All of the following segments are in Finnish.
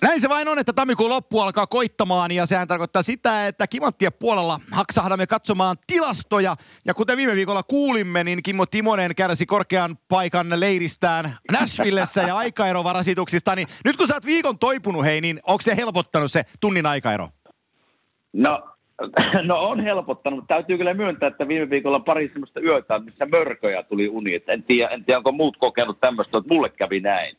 Näin se vain on, että tammikuun loppu alkaa koittamaan ja sehän tarkoittaa sitä, että Kimanttien puolella haksahdamme katsomaan tilastoja. Ja kuten viime viikolla kuulimme, niin Kimmo Timonen kärsi korkean paikan leiristään Nashvillessä ja aikaerovarasituksista. Niin nyt kun sä oot viikon toipunut, hei, niin onko se helpottanut se tunnin aikaero? No on helpottanut, mutta täytyy kyllä myöntää, että viime viikolla pari semmoista yötä, missä mörköjä tuli uni. En tiedä, onko muut kokenut tämmöistä, että mulle kävi näin.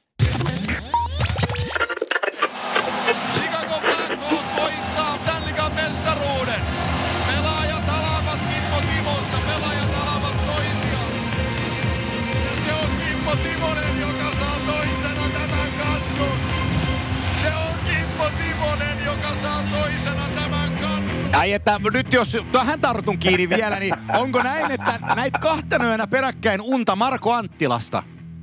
Chicago Blackhawks voittaa Stanley Cup -mestaruuden. Pelaajat alavat Kimmo Timosta, pelaajat alavat toisiaan. Ja se on Kimmo Timonen, joka saa toisena tämän kannun. Se on Kimmo Timonen, joka saa toisena tämän kannun. Ai että nyt jos tähän tartun kiinni vielä, niin onko näin, että näitä kahtena yönä peräkkäin unta Marko Anttilasta?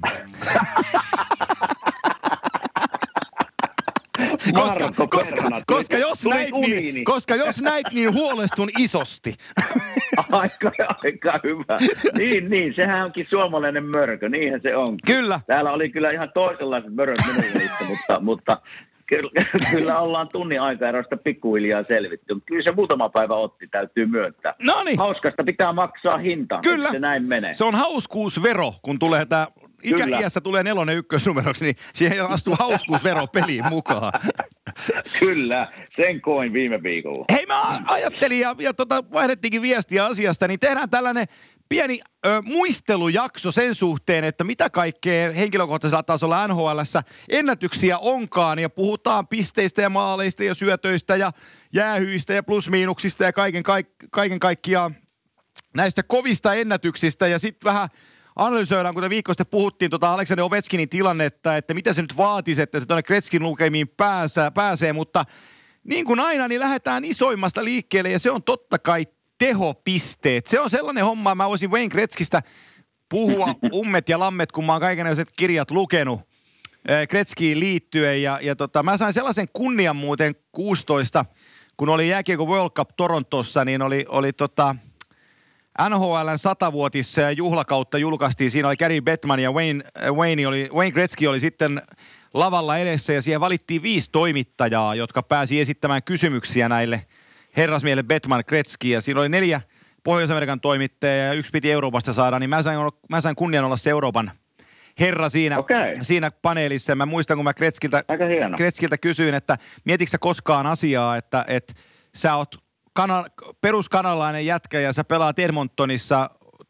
Koska jos näit, niin huolestun isosti. Aika hyvä. Niin, sehän onkin suomalainen mörkö, niinhän se on. Kyllä. Täällä oli kyllä ihan toisenlaiset möröt minulle, mutta kyllä ollaan tunnin aikaerosta pikkuhiljaa selvitty. Kyllä se muutama päivä otti, täytyy myöntää. Noniin. Hauskasta pitää maksaa hinta, kyllä. Se näin menee. Se on hauskuusvero, kun tulee tämä iässä tulee 4 ykkösnumeroksi, niin siihen astuu hauskuusvero peliin mukaan. Kyllä, sen koin viime viikolla. Hei, mä ajattelin ja vaihdettiinkin viestiä asiasta, niin tehdään tällainen pieni muistelujakso sen suhteen, että mitä kaikkea henkilökohtaisella tasolla NHL:ssä ennätyksiä onkaan, ja puhutaan pisteistä ja maaleista ja syötöistä ja jäähyistä ja plusmiinuksista ja kaiken kaikkiaan näistä kovista ennätyksistä, ja sitten vähän analysoidaan, kuten viikko sitten puhuttiin Aleksander Ovechkinin tilannetta, että mitä se nyt vaatisi, että se tuonne Gretzkin lukemiin pääsee, mutta niin kuin aina, niin lähdetään isoimmasta liikkeelle, ja se on totta kai tehopisteet. Se on sellainen homma, mä voisin Wayne Gretzkistä puhua ummet ja lammet, kun mä oon kaikenlaiset kirjat lukenut Gretzkiin liittyen, ja mä sain sellaisen kunnian muuten 16, kun oli jääkiekko World Cup Torontossa, niin oli NHL:n 100-vuotis juhlakautta julkaistiin. Siinä oli Gary Bettman ja Wayne Gretzky oli sitten lavalla edessä, ja siihen valittiin 5 toimittajaa, jotka pääsi esittämään kysymyksiä näille herrasmiehille Bettman, Gretzky, ja siinä oli 4 Pohjois-Amerikan toimittajaa ja 1 piti Euroopasta saada, niin mä sain kunnian olla se Euroopan herra siinä paneelissa. Mä muistan, kun mä Gretzkiltä kysyin, että mietitkö sä koskaan asiaa, että sä oot peruskanalainen jätkä ja sä pelaat Edmontonissa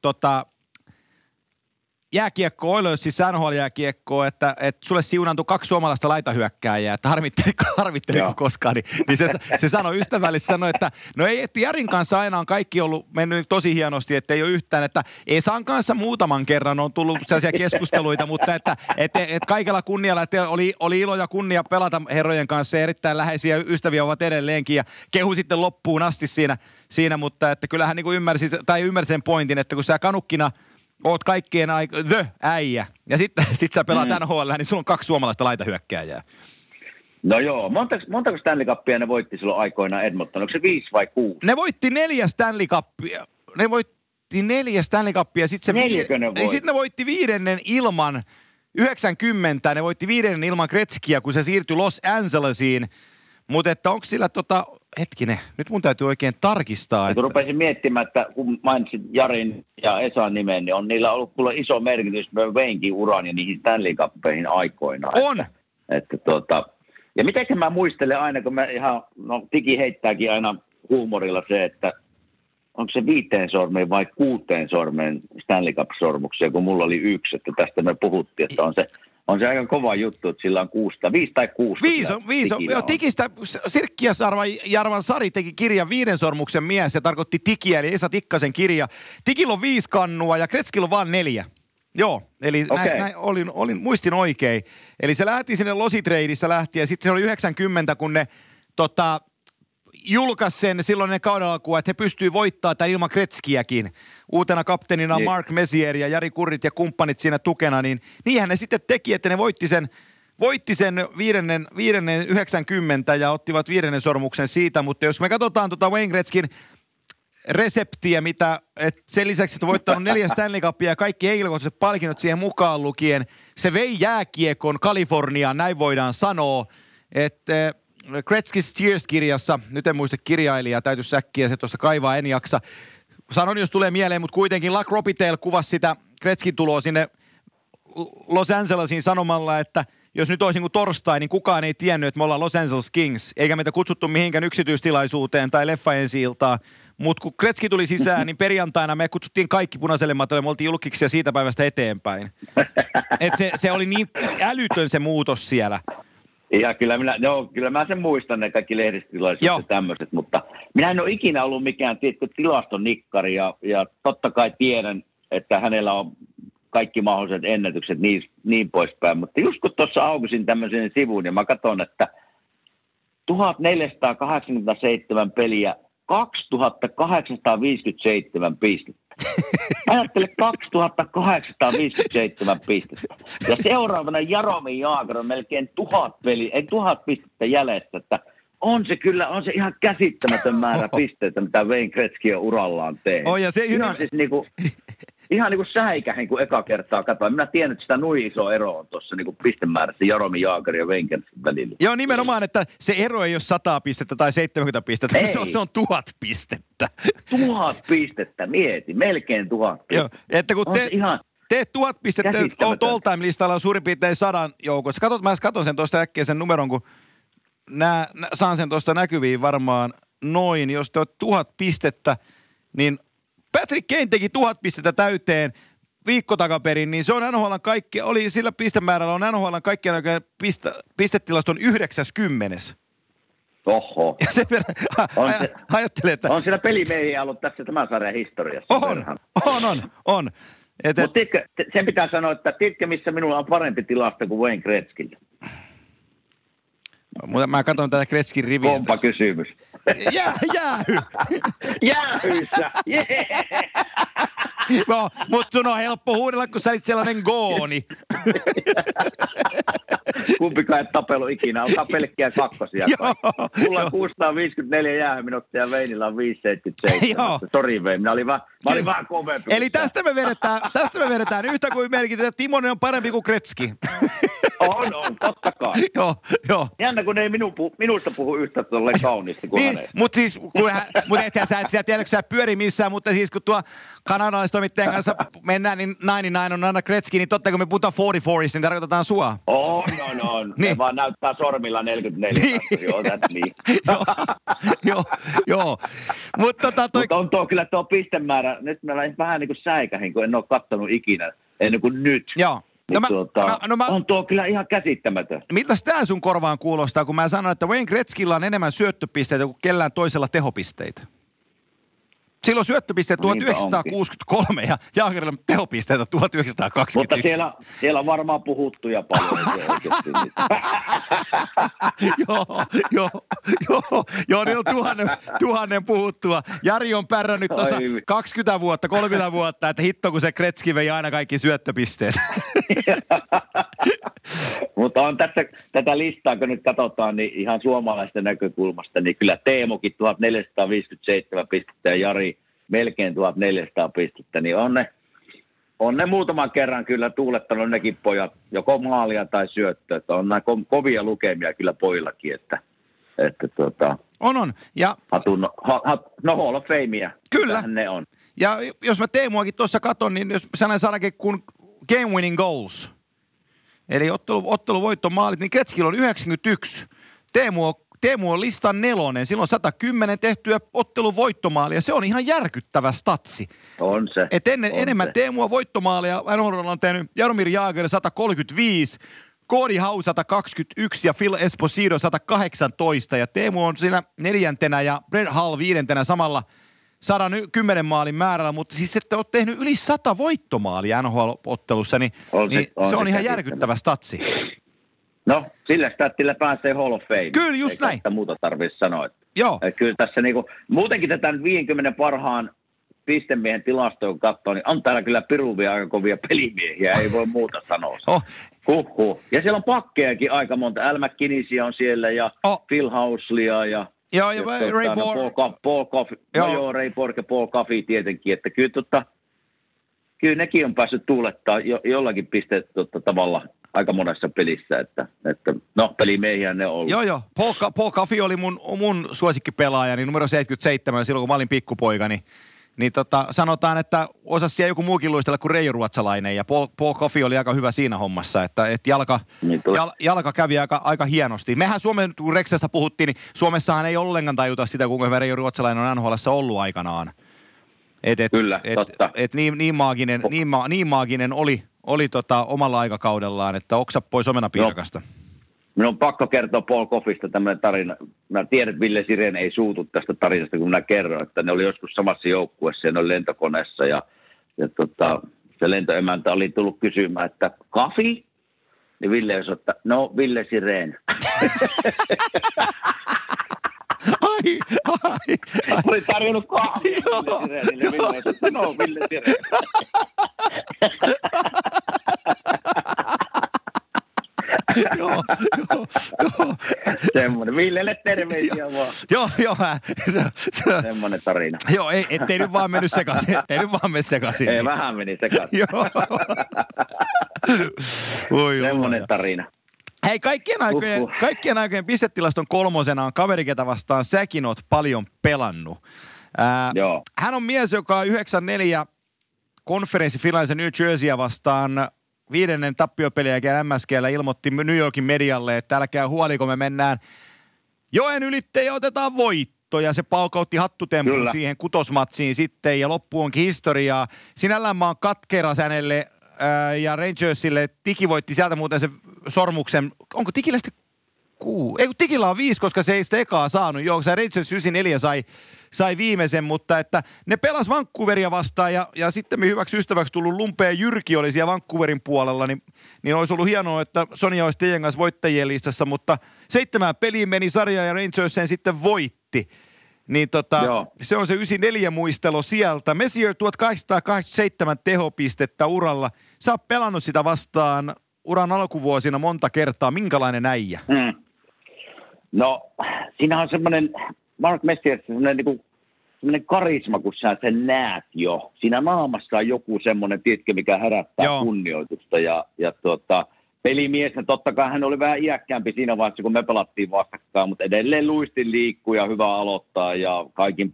jääkiekko Oilersissa NHL-jääkiekkoa, että sulle siunantui 2 suomalaista laitahyökkääjää, että harmitteliko koskaan, niin se sanoi ystävällisesti, että no ei, että Jarin kanssa aina on kaikki ollut mennyt tosi hienosti, että ei ole yhtään, että Esan kanssa muutaman kerran on tullut sellaisia keskusteluita, mutta että kaikella kunnialla, että oli ilo ja kunnia pelata herrojen kanssa ja erittäin läheisiä ystäviä ovat edelleenkin, ja kehu sitten loppuun asti siinä, mutta että kyllähän niin kuin ymmärsi sen pointin, että kun sä kanukkina oot kaikkien äijä. Ja sitten sä pelaat NHL, niin sulla on 2 suomalaista laitahyökkääjää. No joo. Montako Stanley Cupia ne voitti silloin aikoinaan Edmonton? Onko se 5 vai 6? Ne voitti 4 Stanley Cupia. Sitten ne voitti 5. ilman 90. Ne voitti 5. ilman Gretzkiä, kun se siirtyi Los Angelesiin. Mutta että onko sillä hetkinen, nyt mun täytyy oikein tarkistaa. Kun rupesin miettimään, että kun mainitsit Jarin ja Esan nimen, niin on niillä ollut kyllä iso merkitys Waynekin uran ja niihin Stanley Cuppeihin aikoinaan. On! Ja mitenkä mä muistelen aina, kun mä Tiki heittääkin aina huumorilla se, että onko se 5 sormeen vai 6 sormeen Stanley Cup-sormuksia, kun mulla oli 1, että tästä me puhuttiin, että on se aika kova juttu, että sillä on 5 tai 6. 5 on. Joo, Tikistä Jarvan Sari teki kirjan 5 sormuksen mies, se tarkoitti Tikiä, eli Esa Tikkasen kirja. Tikillä on 5 kannua ja Gretzkillä on vaan 4. Joo, eli näin olin muistin oikein. Eli se lähti sinne Lositreidissä ja sitten se oli 90, kun ne julkaisi sen silloin kauden alkuun, että he pystyivät voittamaan tämän ilman Gretzkiäkin. Uutena kapteenina Mark Messier ja Jari Kurrit ja kumppanit siinä tukena, niin niinhän ne sitten teki, että ne voitti sen 5. 90 ja ottivat 5. sormuksen siitä, mutta jos me katsotaan Wayne Gretzkin reseptiä, että sen lisäksi, että on voittanut 4 Stanley Cupia ja kaikki henkilökohtaiset palkinnot siihen mukaan lukien, se vei jääkiekon Kaliforniaan, näin voidaan sanoa. että Gretzky's Cheers-kirjassa, nyt en muista kirjailijaa, täytyisi äkkiä se tuossa kaivaa, en jaksa. Sanon, jos tulee mieleen, mutta kuitenkin Luck Robitaille kuvasi sitä Gretzkyn tuloa sinne Los Angelesiin sanomalla, että jos nyt olisi niin kuin torstai, niin kukaan ei tiennyt, että me ollaan Los Angeles Kings, eikä meitä kutsuttu mihinkään yksityistilaisuuteen tai leffa-ensi-iltaan. Mutta kun Gretzky tuli sisään, niin perjantaina me kutsuttiin kaikki punaiselle matolle, me oltiin julkiksi siitä päivästä eteenpäin. Et se oli niin älytön se muutos siellä. Ja kyllä mä sen muistan, ne kaikki lehdistötilaisuudet ja tämmöiset, mutta minä en ole ikinä ollut mikään tilastonikkari ja totta kai tiedän, että hänellä on kaikki mahdolliset ennätykset niin poispäin, mutta just kun tuossa aukasin tämmöisen sivun ja mä katson, että 1487 peliä, 2857 pistettä. Ajattele 2857 pistettä. Ja seuraavana Jaromir Jagr on melkein 1000 pistettä jäljessä, että on se ihan käsittämätön määrä pisteitä, mitä Wayne Gretzky on urallaan tehnyt. Ihan niin kuin säikähin, kun eka kertaa katsoin. Minä tiedän, että sitä nui iso ero on tuossa niin pistemäärässä Jaromir Jagr ja Wayne Gretzkyn välillä. Joo, nimenomaan, että se ero ei ole 100 pistettä tai 70 pistettä, se on 1000 pistettä. 1000 pistettä, mieti, melkein 1000 pistettä. Joo, että kun teet 1000 pistettä, olet all-time-listalla suurin piirtein 100 joukossa. Mä katson sen tuosta äkkiä sen numeron, kun saan sen tuosta näkyviin varmaan noin. Jos te olet 1000 pistettä, niin Patrick Kane teki 1000 pistettä täyteen viikko takaperin, niin se on NHL:n kaikki, oli sillä pistemäärällä on NHL:n kaikkien oikein pistetilaston 90. Oho. Ja se ajattelee, että... On siellä pelimiehiä ollut tässä tämän sarjan historiassa. On. Mutta sen pitää sanoa, että tiedätkö, missä minulla on parempi tilasto kuin Wayne Gretzkyllä? Mä katson tätä Gretzkyn riviä. Kompa kysymys. Jäähy! Jäähyissä! Yeah. No, mutta sun on helppo huudella, kun sä olit sellainen gooni. Kumpikaan et tapelu ikinä, alkaa pelkkiä kakkosia. Mulla on 654 jäähyminuuttia ja Weinillä on 577. Sori Wayne, mä olin vähän kovempi. Eli tästä me vedetään yhtä kuin merkitään, että Timonen on parempi kuin Gretzky. On, totta kai. Joo. Jännä, kun ne ei minusta puhu yhtä tolleen kauniisti kuin niin, mutta siis, ethän sä et tiedä, kun sä pyöri missään, mutta siis kun tuo kanadalaistoimittajan kanssa mennään, niin 99 on aina Gretzky, niin totta kun me puhutaan 44, niin tarkoitetaan sua. On. Niin. Ne vaan näyttää sormilla 44. Joo. Mutta on tuo kyllä tuo pistemäärä, nyt mä olen vähän niin kuin säikähin, kun en ole kattonut ikinä, ennen kuin nyt. Joo. On tuo kyllä ihan käsittämätön. Miltä tämä sun korvaan kuulostaa, kun mä sanon, että Wayne Gretzkyllä on enemmän syöttöpisteitä kuin kellään toisella tehopisteitä? Silloin syöttöpisteet 1963 ja Jaagerilla tehopisteitä 1921. Mutta siellä on varmaan puhuttuja paljon. Joo, niin on tuhannen puhuttua. Jari on pärrännyt tuossa 20 vuotta, 30 vuotta, että hitto kun se Gretzky vei aina kaikki syöttöpisteet. Mutta on tässä tätä listaa, kun nyt katsotaan, niin ihan suomalaisten näkökulmasta, niin kyllä Teemokin 1457 pistettä ja Jari melkein 1400 pistettä, niin on ne muutaman kerran kyllä tuulettanut nekin pojat, joko maalia tai syöttöä, että on nämä kovia lukemia kyllä pojillakin, että On. Ja Hall of Famea. Kyllä. Ne on. Ja jos mä Teemuakin tuossa katon, niin jos sanan sanakin kun game winning goals, eli otteluvoittomaalit, niin Gretzkyllä on 91. Teemu on listan 4. Silloin 110 tehtyä otteluvoittomaalia. Se on ihan järkyttävä statsi. On se. Enemmän Teemua voittomaaleja NHL on tehnyt Jaromir Jagr 135, Cody Howe 121 ja Phil Esposito 118. Ja Teemu on siinä 4. ja Brett Hull 5. samalla 110 maalin määrällä, mutta siis että olet tehnyt yli 100 voittomaalia NHL-ottelussa, niin se on ihan järkyttävä statsi. No, sillä statilla pääsee Hall of Fame. Kyllä, just näin. Eikä muuta tarvitse sanoa. Joo. Kyllä tässä niinku, muutenkin tätä 50 parhaan pistemiehen tilastoa kun katsoo, niin on täällä kyllä piruvia aika kovia pelimiehiä, ei voi muuta sanoa. Huhhuh. Ja siellä on pakkejakin aika monta. Al McKinneysia on siellä ja Phil Houslea ja Ray Borg. Paul Coffey. Ray Borg ja Paul Coffey tietenkin, että kyllä nekin on päässyt tuulettaa jollakin pisteet tavalla aika monessa pelissä, että no pelimiehiä ne on ollut. Joo. Paul Coffey oli mun suosikkipelaaja, niin numero 77 silloin, kun mä olin pikkupoika, niin sanotaan, että osasi siellä joku muukin luistella kuin Reijo Ruotsalainen, ja Paul Coffey oli aika hyvä siinä hommassa, että jalka kävi aika hienosti. Mehän Suomen, kun Reksästä puhuttiin, niin Suomessahan ei ollenkaan tajuta sitä, kuinka hyvä Reijo Ruotsalainen on NHL:ssä ollut aikanaan. Kyllä, totta. Niin maaginen oli omalla aikakaudellaan, että oksa pois omenapiirakasta. Minun on pakko kertoa Paul Coffeysta tämmöinen tarina. Mä tiedän, että Ville Sirén ei suutu tästä tarinasta, kun minä kerron, että ne oli joskus samassa joukkueessa ja ne oli lentokoneessa. Ja se lentoemäntä oli tullut kysymään, että Coffey? Niin Ville sanoi, että no Ville Sirén. Ai. Oli tarjonnut kahvia Ville Sirénille. Ville sanoi, että no Ville Sirén. Joo. Semmoinen. Villelle terveisiä vaan. Joo. Semmoinen tarina. Joo, ettei nyt vaan mennyt sekaisin. Ei, vähän meni sekaisin. Joo. Semmoinen tarina. Hei, kaikkien aikojen pistetilaston 3. on kaveri, ketä vastaan säkin oot paljon pelannut. Hän on mies, joka 94 konferenssifinaalissa New Jerseyä vastaan 5. tappiopeliä jälkeen MSG:llä ilmoitti New Yorkin medialle, että älkää huoliko, me mennään joen ylitte ja otetaan voitto. Ja se paukautti hattutempun siihen kutosmatsiin sitten ja loppu onkin historiaa. Sinällään mä oon katkera hänelle ja Rangersille. Tiki voitti sieltä muuten sen sormuksen. Onko Tikillä sitten 6? Ei kun Tikillä on 5, koska se ei sitä ekaa saanut. Joo, se Rangers 94 sai viimeisen, mutta että ne pelas Vancouveria vastaan ja sitten me hyväksi ystäväksi tullut Lumpea Jyrki oli siellä Vancouverin puolella, niin olisi ollut hienoa, että Sonia olisi teidän kanssa voittajien listassa, mutta 7 peliin meni sarja ja Rangers sen sitten voitti. Niin se on se 94 muistelo sieltä. Messier 1887 tehopistettä uralla. Sä oot pelannut sitä vastaan uran alkuvuosina monta kertaa. Minkälainen äijä? No, siinä on semmoinen, Mark Messier, semmoinen karisma, kun sä sen näet jo. Siinä naamassa on joku semmoinen, tiedätkö, mikä herättää kunnioitusta. Ja pelimies, totta kai hän oli vähän iäkkäämpi siinä vaiheessa, kun me pelattiin vastakkain, mutta edelleen luistin liikkuu ja hyvä aloittaa ja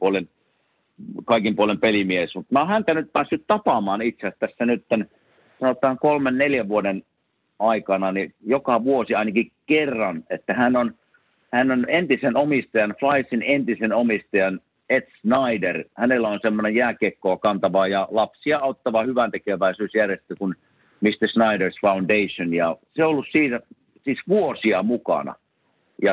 kaikin puolen pelimies. Mutta mä oon häntä nyt päässyt tapaamaan itse asiassa tässä nyt sanotaan 3-4 vuoden aikana, niin joka vuosi ainakin kerran, että hän on entisen omistajan, Flysin entisen omistajan Ed Snyder. Hänellä on semmoinen jääkiekkoa kantava ja lapsia auttava hyväntekeväisyysjärjestö kuin Mr. Snyder's Foundation. Ja se on ollut siinä siis vuosia mukana. Ja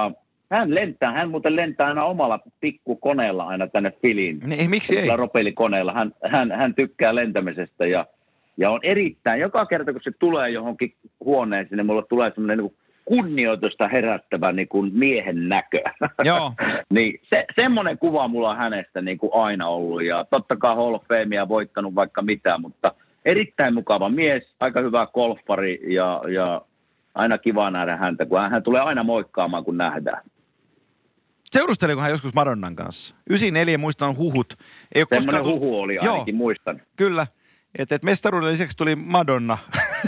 hän muuten lentää aina omalla pikkukoneella aina tänne Filiin. Miksi ei? Ropelikoneella. Hän tykkää lentämisestä ja on erittäin, joka kerta kun se tulee johonkin huoneeseen, niin mulla tulee semmoinen niin kunnioitusta herättävä niin kuin miehen näkö. Joo. Niin semmoinen kuva mulla on hänestä niin kuin aina ollut. Ja totta kai Hall of Famea voittanut vaikka mitä, mutta erittäin mukava mies, aika hyvä golfari ja aina kiva nähdä häntä, kun hän tulee aina moikkaamaan, kun nähdään. Seurusteliko hän joskus Madonnan kanssa? 94 muistan huhut. Semmoinen huhu oli ainakin, muistan. Kyllä. Että mestaruuden lisäksi tuli Madonna.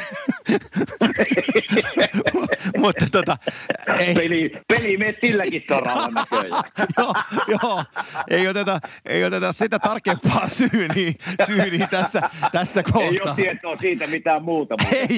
Mutta ei. Peli mene silläkin saralla näköjään. Joo. Ei oteta sitä tarkempaa syyniin tässä kohtaa. Ei ole tietoa siitä mitään muuta.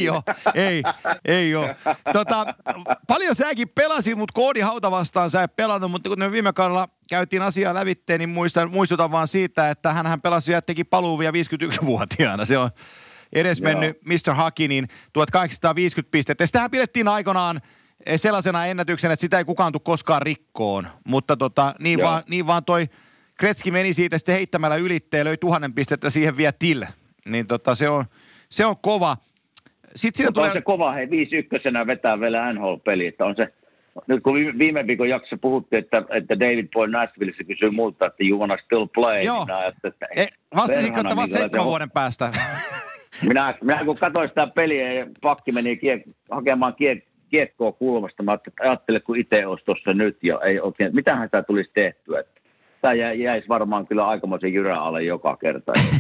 Ei ole. Paljon säkin pelasit, mutta Koodi Hauta vastaan sä et pelannut, mutta kun me viime kaudella käytiin asiaa lävitteen, niin muistutan vaan siitä, että hänhän pelasi ja teki paluu vielä 51-vuotiaana. Se on edesmennyt Mr. Hakinin 1850 pistettä. Sitähän pidettiin aikanaan sellaisena ennätyksenä, että sitä ei kukaan tule koskaan rikkoon. Mutta niin vaan toi Gretzky meni siitä sitten heittämällä ylitteen, löi 1000 pistettä siihen vielä till. Niin se on kova. Sitten on se kova, 5-1 vetää vielä NHL-peli, että on se. Nyt kun viime viikon jaksossa puhuttiin, että David Boyle Nashvillessä kysyi multa, että you wanna still play. Joo. Vastasinko, että vasta 7 vuoden päästä. Minä kun katsoin sitä peliä ja pakki meni hakemaan kiekkoa kulmasta, mä ajattelin, kun itse olisi tuossa nyt ja ei oikein, mitähän tämä tulisi tehtyä. Tämä jäisi varmaan kyllä aikamoisen jyrän alle joka kerta.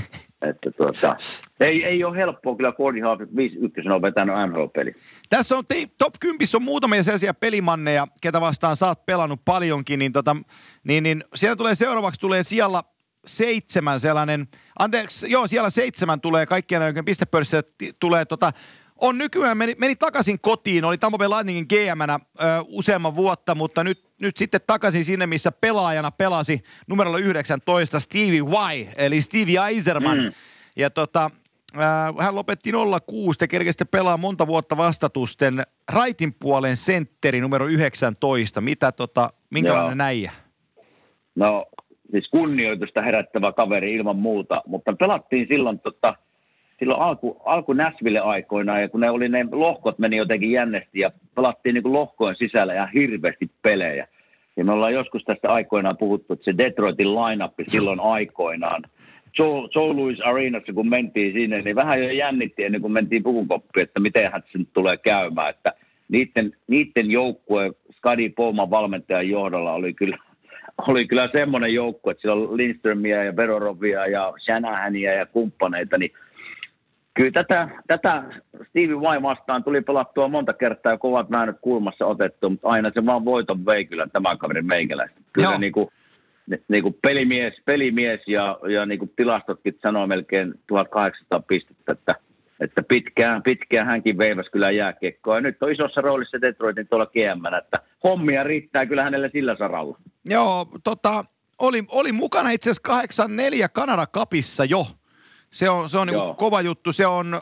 Ei ole helppoa kyllä Gordie Howe 5-1 on vetänyt NHL-peli. Tässä on top 10 on muutamia sellaisia pelimanneja, ketä vastaan sä oot pelannut paljonkin, niin siellä tulee sijalla 7 sellainen, siellä 7 tulee kaikkien aikojen pistepörssissä tulee on nykyään meni takaisin kotiin, oli Tampa Bay Lightningin GM-nä useamman vuotta, mutta nyt sitten takaisin sinne, missä pelaajana pelasi numerolla 19 Stevie Y, eli Stevie Yzerman. Ja hän lopetti 06 ja kerkesi pelaa monta vuotta vastatusten raitin puolen sentteri numero 19. Minkälainen näijä? No, siis kunnioitusta herättävä kaveri ilman muuta, mutta pelattiin silloin alku Nashville-aikoina, ja kun ne lohkot meni jotenkin jännesti, ja pelattiin niin kuin lohkojen sisällä ja hirveästi pelejä. Ja me ollaan joskus tästä aikoinaan puhuttu, että se Detroitin line-up silloin aikoinaan, Joe Louis Arenassa, kun mentiin sinne, niin vähän jo jännitti ennen kuin mentiin pukukoppiin, että mitenhän se nyt tulee käymään. Että niiden joukkue, Skadi Pouman valmentajan johdolla oli kyllä semmoinen joukkue, että siellä on Lindströmiä ja Verorovia ja Shanahania ja kumppaneita, niin kyllä tätä Stevie Y vastaan tuli pelattua monta kertaa ja kovat väännöt kulmassa otettu, mutta aina se vaan voiton vei kyllä tämän kaverin meikäläistä. Kyllä niin kuin pelimies ja niin kuin tilastotkin sanoo melkein 1800 pistettä, että pitkään hänkin veiväsi kyllä jääkiekkoa. Ja nyt on isossa roolissa Detroitin tuolla GM:nä, että hommia riittää kyllä hänelle sillä saralla. Joo, oli mukana itse asiassa 84 Canada Cupissa jo. Se on niin kova juttu. Se on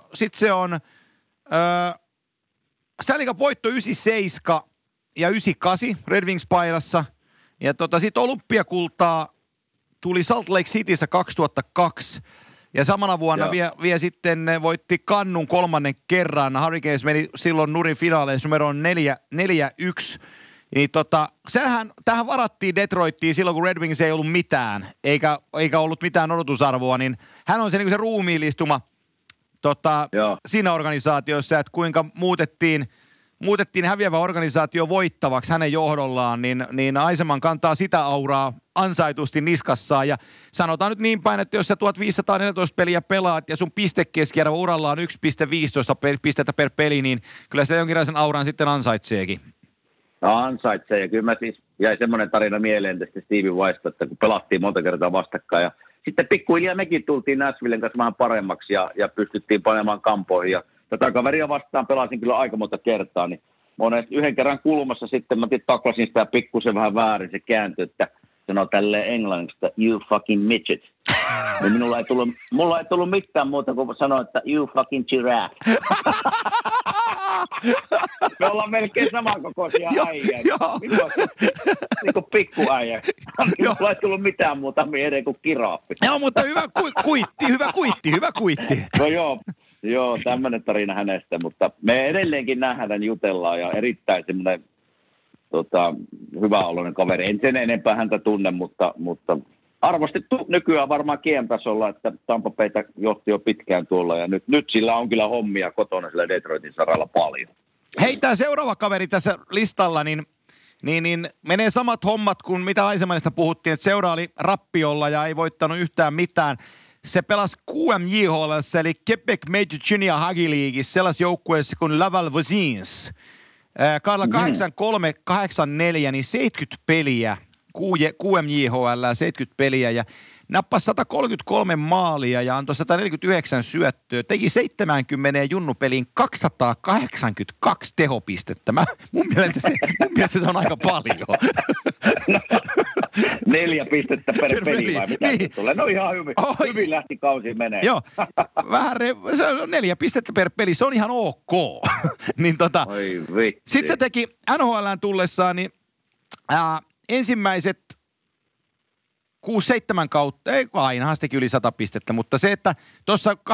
Stanley Cup voitto 97 ja 98 Red Wings paidassa. Ja sitten olympiakultaa tuli Salt Lake Cityssä 2002. Ja samana vuonna vielä sitten voitti kannun 3. kerran. Hurricanes meni silloin nurin finaaleissa numeroon 4-1. Niin tähän varattiin Detroittiin silloin, kun Red Wings ei ollut mitään, eikä ollut mitään odotusarvoa, niin hän on se, niin kuin se ruumiillistuma siinä organisaatiossa, että kuinka muutettiin häviävä organisaatio voittavaksi hänen johdollaan, niin Yzerman kantaa sitä auraa ansaitusti niskassaan. Ja sanotaan nyt niin päin, että jos sä 1514 peliä pelaat ja sun pistekeskiarvo uralla on 1,15 pistettä per peli, niin kyllä se jonkinlaisen auran sitten ansaitseekin. No ansaitsee, ja kyllä mä siis jäi semmoinen tarina mieleen tästä Stevie Ystä, että kun pelattiin monta kertaa vastakkain, ja sitten pikkuhiljaa mekin tultiin Nashvillen kanssa vähän paremmaksi, ja pystyttiin panemaan kampoihin, ja tätä kaveria vastaan pelasin kyllä aika monta kertaa, niin yhden kerran kulmassa sitten mä taklasin sitä pikkusen vähän väärin, se kääntyi, että sanoi tälleen englanniksi, että you fucking midget. Niin mulla ei tullut mitään muuta kuin sanoa, että you fucking giraffe. Me ollaan melkein samankokoisia äijä. Niin kuin pikkuäijä. Mulla ei tullut mitään muuta mieleen kuin kiraffi. Joo, mutta hyvä kuitti. No joo, tämmöinen tarina hänestä, mutta me edelleenkin nähdään, jutellaan ja erittäin semmoinen hyvä oloinen kaveri. En sen enempää häntä tunne, mutta arvostettu nykyään varmaan GM-tasolla, että Tampa Baytä johti jo pitkään tuolla ja nyt sillä on kyllä hommia kotona sillä Detroitin saralla paljon. Hei, tämä seuraava kaveri tässä listalla, niin menee samat hommat kuin mitä Yzermanista puhuttiin, että seura oli rappiolla ja ei voittanut yhtään mitään. Se pelasi QMJHL:ssä eli Quebec Major Junior Hockey Leagueissa sellaisessa joukkueessa kuin Laval Voisins. Kaudella 83-84, niin 70 peliä, QMJHL 70 peliä ja nappasi 133 maalia ja antoi 149 syöttöä. Teki 70 junnupeliin 282 tehopistettä. Mun mielestä se on aika paljon. 4 pistettä per peli vai mitä se tulee? No ihan hyvin. Hyvin lähti kausi menee. Joo, se on 4 pistettä per peli. Se on ihan ok. Niin sitten se teki NHL:ään tullessaan, niin ensimmäiset 6-7 kautta, ei ainahan se teki yli 100 pistettä, mutta se, että tuossa 8-9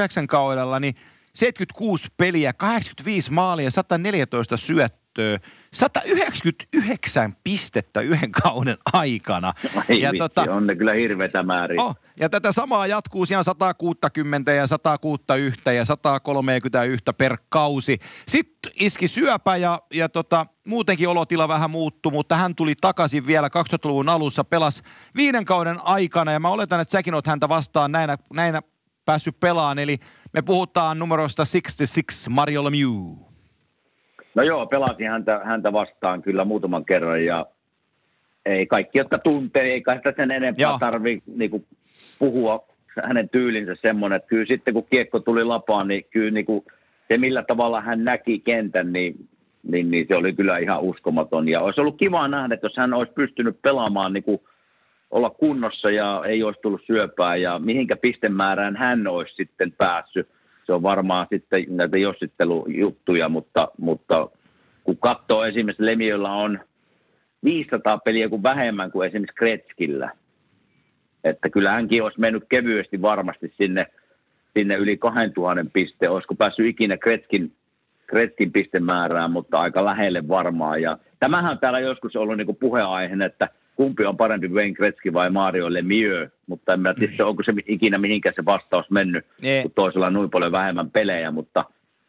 kaudella, niin 76 peliä, 85 maalia, 114 syöttöä, 199 pistettä yhden kauden aikana. Ei ja vitsi, on ne kyllä hirveätä määrin. Ja tätä samaa jatkuu siellä 160 ja 161 ja 131 per kausi. Sitten iski syöpä ja muutenkin olotila vähän muuttui, mutta hän tuli takaisin vielä 2000-luvun alussa, pelasi 5 kauden aikana ja mä oletan, että säkin oot häntä vastaan näinä päässyt pelaamaan. Eli me puhutaan numerosta 66, Mario Lemieux. No joo, pelasin häntä vastaan kyllä muutaman kerran ja ei kaikki, jotka tuntee, ei kai sitä sen enempää tarvitse niinku puhua hänen tyylinsä semmoinen, että kyllä sitten kun kiekko tuli lapaan, niin kyllä niinku se millä tavalla hän näki kentän, niin se oli kyllä ihan uskomaton. Ja olisi ollut kiva nähdä, että jos hän olisi pystynyt pelaamaan niinku olla kunnossa ja ei olisi tullut syöpää ja mihinkä pistemäärään hän olisi sitten päässyt. Se on varmaan sitten näitä jossittelujuttuja, mutta kun katsoo esimerkiksi Lemieuxlla on 500 peliä kuin vähemmän kuin esimerkiksi Gretzkillä. Että kyllä hänkin olisi mennyt kevyesti varmasti sinne yli 2000 pisteen. Olisiko päässyt ikinä Gretzkin pistemäärään, mutta aika lähelle varmaan. Ja tämähän on täällä joskus ollut niin kuin puheenaiheena, että kumpi on parempi, Wayne Gretzky vai Mario Lemieux, mutta en tiedä, onko se ikinä mihinkään se vastaus mennyt, kun toisella on noin paljon vähemmän pelejä, mutta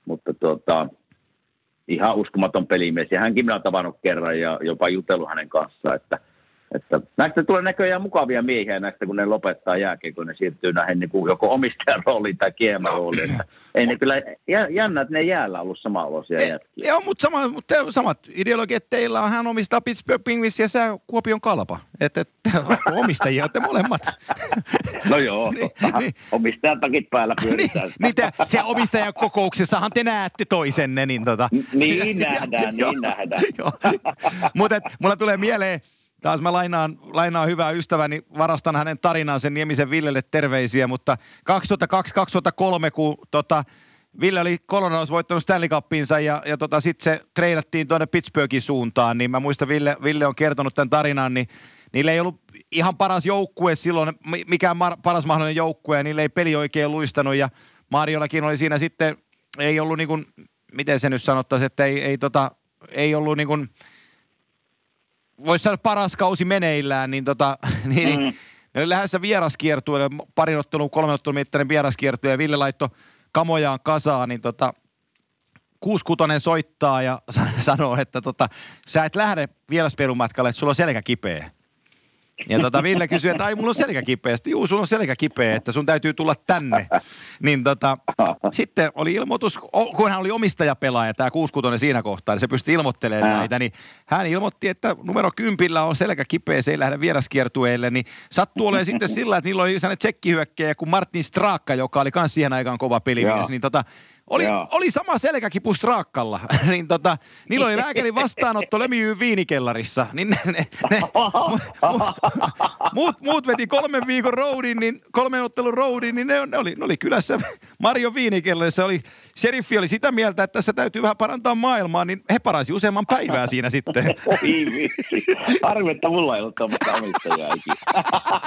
ihan uskomaton pelimies. Ja hänkin minä olen tavannut kerran ja jopa jutellut hänen kanssaan, että näistä tulee näköjään mukavia miehiä näistä, kun ne lopettaa jääkiekon, ne siirtyy näihin niin kuin joko omistajan rooliin tai kieman rooliin. Ei ne kyllä, jännä, että ne jäällä ollut samanlaisia jätkiä. Joo, mutta samat ideologiat teillä on, hän omistaa Pittsburgh Penguins ja sä Kuopion Kalpa. Että omistajia olette molemmat. No joo, omistajan takit päällä pyöritään. Se omistajan kokouksessahan te näette toisenne. Niin nähdään. Mutta mulla tulee mieleen, taas mä lainaan hyvää ystäväni, varastan hänen tarinaan sen Niemisen Villelle terveisiä, mutta 2002-2003, kun Ville oli Coloradossa voittanut Stanley Cupinsa ja sitten se treidattiin tuonne Pittsburghin suuntaan, niin mä muistan Ville on kertonut tämän tarinan, niin niillä ei ollut ihan paras joukkue silloin, mikään paras mahdollinen joukkue, ja niillä ei peli oikein luistanut, ja Mariollakin oli siinä sitten, ei ollut niin kuin, miten se nyt sanottaisi, että ei ollut niin kuin, voisi sanoa paras kausi meneillään, niin ne oli lähdössä vieraskiertueelle, 3 ottelun mittainen vieraskiertue, ja Ville laittoi kamojaan kasaan, niin 66 soittaa ja sanoo, että sä et lähde vieraspielumatkalle, että sulla on selkä kipeä. Ja Ville kysyi, että ai mulla on selkä kipeä. Sitten juu, sulla on selkä kipeä, että sun täytyy tulla tänne. Niin sitten oli ilmoitus, kun hän oli omistajapelaaja, tämä 66 siinä kohtaa, niin se pystyi ilmoittelemaan näitä, niin hän ilmoitti, että numero 10 on selkä kipeä, se ei lähde vieraskiertueelle, niin sattuu olemaan sitten sillä, että niillä oli sellainen tsekkihyökkäjä kuin Martin Straka, joka oli myös siihen aikaan kova pelimies, niin oli sama selkäkipu Strakkalla, niin niillä oli lääkärin vastaanotto Lemieux viinikellarissa, niin muut veti 3 viikon roadin, niin 3 ottelun roadin, niin ne oli kylässä Mario viinikellarissa, sheriffi oli sitä mieltä, että tässä täytyy vähän parantaa maailmaa, niin he paransi useamman päivää siinä sitten. Oi vitsi, harmi, että mulla ei ollut tuommoista omistajaa ikinä.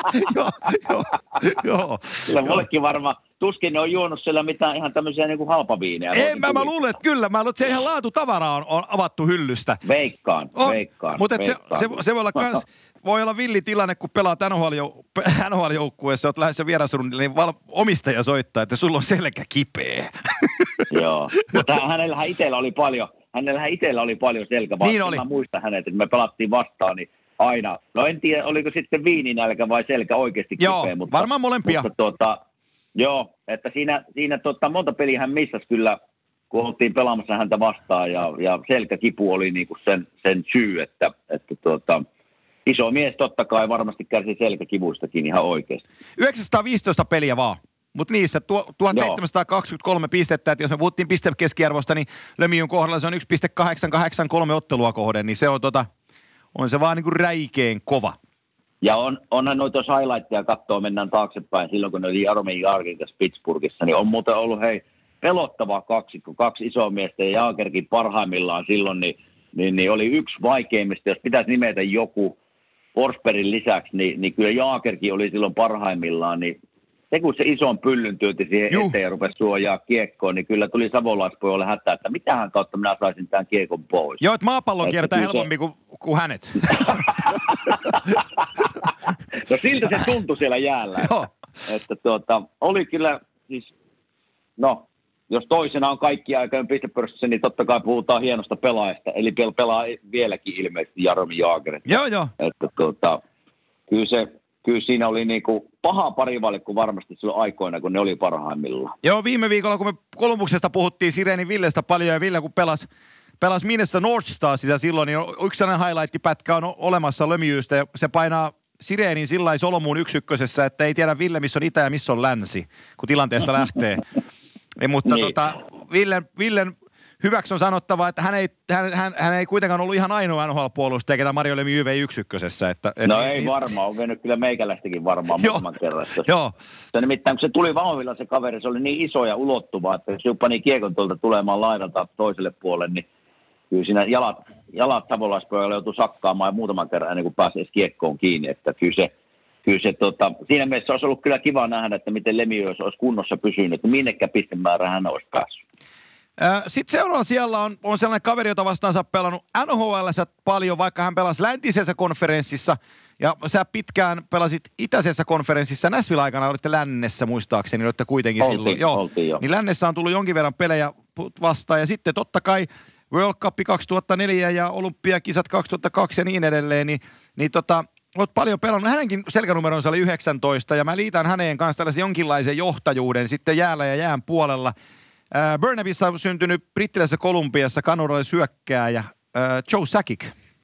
Joo. Kyllä mullekin varmaan. Tuskin ne on juonut siellä mitään ihan tämmöisiä niin kuin halpaviinejä. Mä luulen, että kyllä. Mä luulen, että se ihan laatutavara on avattu hyllystä. Veikkaan. Mutta se voi olla kans, voi olla villi tilanne, kun pelaat NHL-joukkueessa, oot lähdössä vierasrundille, niin omistaja soittaa, että sulla on selkä kipeä. Joo, mutta hänellähän itsellä oli paljon selkävaiheita. Niin oli. Mä muistan hänet, että me pelattiin vastaan, niin aina. No en tiedä, oliko sitten viininälkä vai selkä oikeasti kipeä. Joo, mutta varmaan molempia. Joo, että siinä monta peliä hän missasi kyllä, kun oltiin pelaamassa häntä vastaan ja selkäkipu oli niinku sen syy, että iso mies totta kai varmasti kärsi selkäkivuistakin ihan oikeasti. 915 peliä vaan, mutta niissä 1723 pistettä, että jos me puhuttiin pistekeskiarvosta, niin Lemieux'n kohdalla se on 1,883 ottelua kohden, niin se on se vaan niinku räikeen kova. Ja onhan noita, jos highlightteja katsoo, mennään taaksepäin, silloin kun ne oli Jaromir Jagrin kanssa Pittsburghissa, niin on muuten ollut pelottava kaksikko, 2 isoa miestä ja Jaggerkin parhaimmillaan silloin, niin oli yksi vaikeimmista, jos pitäisi nimetä joku Forsbergin lisäksi, niin kyllä Jaggerkin oli silloin parhaimmillaan, niin se kun se ison pyllyn työti siihen eteen ja rupesi suojaa kiekkoon, niin kyllä tuli savolaispojalle hätää, että mitähän kautta minä saisin tämän kiekon pois. Joo, että maapallon kiertää helpommin kuin hänet. No siltä se tuntui siellä jäällä. Että oli kyllä siis, no jos toisena on kaikki aikojen pistepörssissä, niin totta kai puhutaan hienosta pelaajasta. Eli pelaa vieläkin ilmeisesti Jaromir Jagr. Joo. Että kyllä siinä oli niinku paha parivalikko varmasti silloin aikoina, kun ne oli parhaimmillaan. Joo, viime viikolla, kun me Kolumbuksesta puhuttiin Sireenin Villestä paljon, ja Ville kun pelasi Minnesota North Starsissa silloin, niin yksi sellainen highlight-pätkä on olemassa Lemieuxstä, ja se painaa Sireenin sillai solmuun 1-1, että ei tiedä Ville, missä on itä ja missä on länsi, kun tilanteesta lähtee. Mutta niin. Villen hyväksi on sanottava, että hän ei kuitenkaan ollut ihan ainoa NHL-puolustaja, ketä Mario Lemieux vei 1-1. No ei varmaan, on vennyt kyllä meikäläistäkin varmaan muutaman kerran. Joo. Se nimittäin, kun se tuli vauhdilla se kaveri, se oli niin iso ja ulottuva, että jos pani kiekon tuolta tulemaan laidalta toiselle puolelle, niin kyllä siinä jalat savolaispojalle joutui sakkaamaan ja muutaman kerran ennen kuin pääsi edes kiekkoon kiinni, että kyllä se siinä mielessä olisi ollut kyllä kiva nähdä, että miten Lemieux olisi kunnossa pysynyt, että minnekä pistemäärä hän olisi päässyt. Sitten seuraavalla siellä on sellainen kaveri, jota vastaan sä oot pelannut NHL:ssä paljon, vaikka hän pelasi läntisessä konferenssissa ja sä pitkään pelasit itäisessä konferenssissa. Nashville-aikana olitte lännessä muistaakseni, olitte kuitenkin silloin. Oltiin jo. Niin lännessä on tullut jonkin verran pelejä vastaan ja sitten totta kai World Cup 2004 ja olympiakisat 2002 ja niin edelleen, niin olet paljon pelannut. Hänenkin selkänumeronsa oli 19 ja mä liitän häneen kanssa tällaisen jonkinlaisen johtajuuden sitten jäällä ja jään puolella. Burnabyssa on syntynyt brittiläisessä Kolumbiassa kanadalaishyökkääjä Joe Sakic.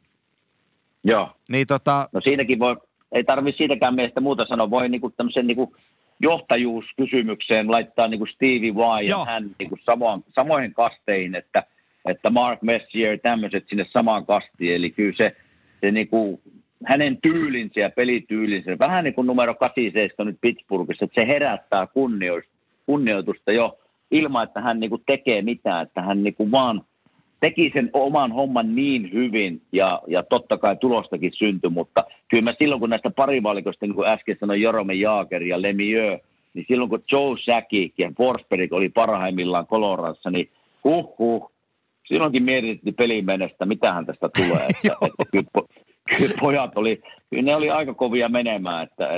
Joo. Niin No siinäkin ei tarvitse siitäkään mielestä muuta sanoa. Voi niinku tämmöisen niinku johtajuuskysymykseen laittaa niinku Stevie Y ja hän niinku samoihin kasteihin, että Mark Messier tämmöiset sinne samaan kastiin. Eli kyllä se niinku hänen tyylinsä ja pelityylinsä, vähän niin kuin numero 87 nyt Pittsburghissa, että se herättää kunnioitusta jo ilman, että hän niinku tekee mitään, että hän niinku vaan teki sen oman homman niin hyvin ja totta kai tulostakin syntyi, mutta kyllä mä silloin, kun näistä parivalikoista, niin kuin äsken sanoin Jaromir Jagr ja Lemieux, niin silloin kun Joe Sakic ja Forsberg oli parhaimmillaan Coloradossa, niin silloinkin mietittiin pelin mennessä, mitähän tästä tulee, että kyllä pojat ne oli aika kovia menemään, että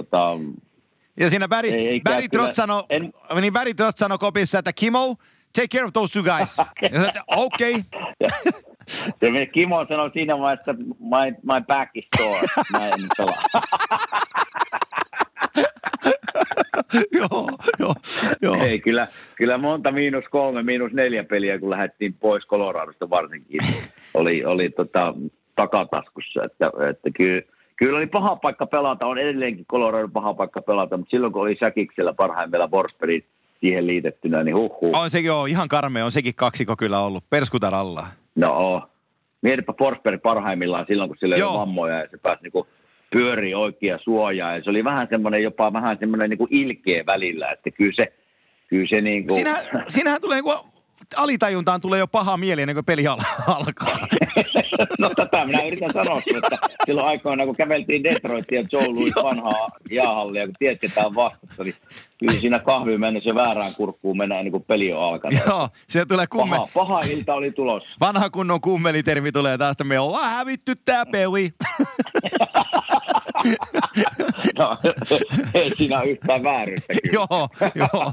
ja siinä Barry Trotz sanoi kopissa, että Kimo, take care of those two guys. Okei. Ja Kimo sanoi siinä vaiheessa, että my back is sore. Mä en pelaa. Joo. Ei, kyllä monta -3, -4 peliä, kun lähdettiin pois Coloradosta varsinkin, oli takataskussa, että kyllä oli paha paikka pelata, on edelleenkin Colorado paha paikka pelata, mutta silloin kun oli Sakiksella parhaimmilla Forsbergin siihen liitettynä, niin On sekin ihan karmea, on sekin kaksikko kyllä ollut, perskutar alla. No mietipä Forsberg parhaimmillaan silloin, kun sillä oli vammoja ja se pääsi niinku pyörii oikea suojaa ja se oli jopa vähän semmoinen niinku ilkeä välillä, että kyllä se niinku Siinähän tulee niinku alitajuntaan tulee jo paha mieli ennen kuin peli alkaa. No tätä minä yritän sanoa, että silloin aikoina kun käveltiin Detroitia ja Joe Louis vanhaa jäähallia, kun tiedät ketään vastassa, niin kyllä siinä kahviin mennessä väärään kurkkuun mennään ennen kuin peli on alkanut. Joo, se tulee paha ilta oli tulossa. Vanha kunnon kummelitermi tulee tästä, me ollaan hävitty tää peli. No, ei siinä ole yhtään vääryyttä kyllä. Joo.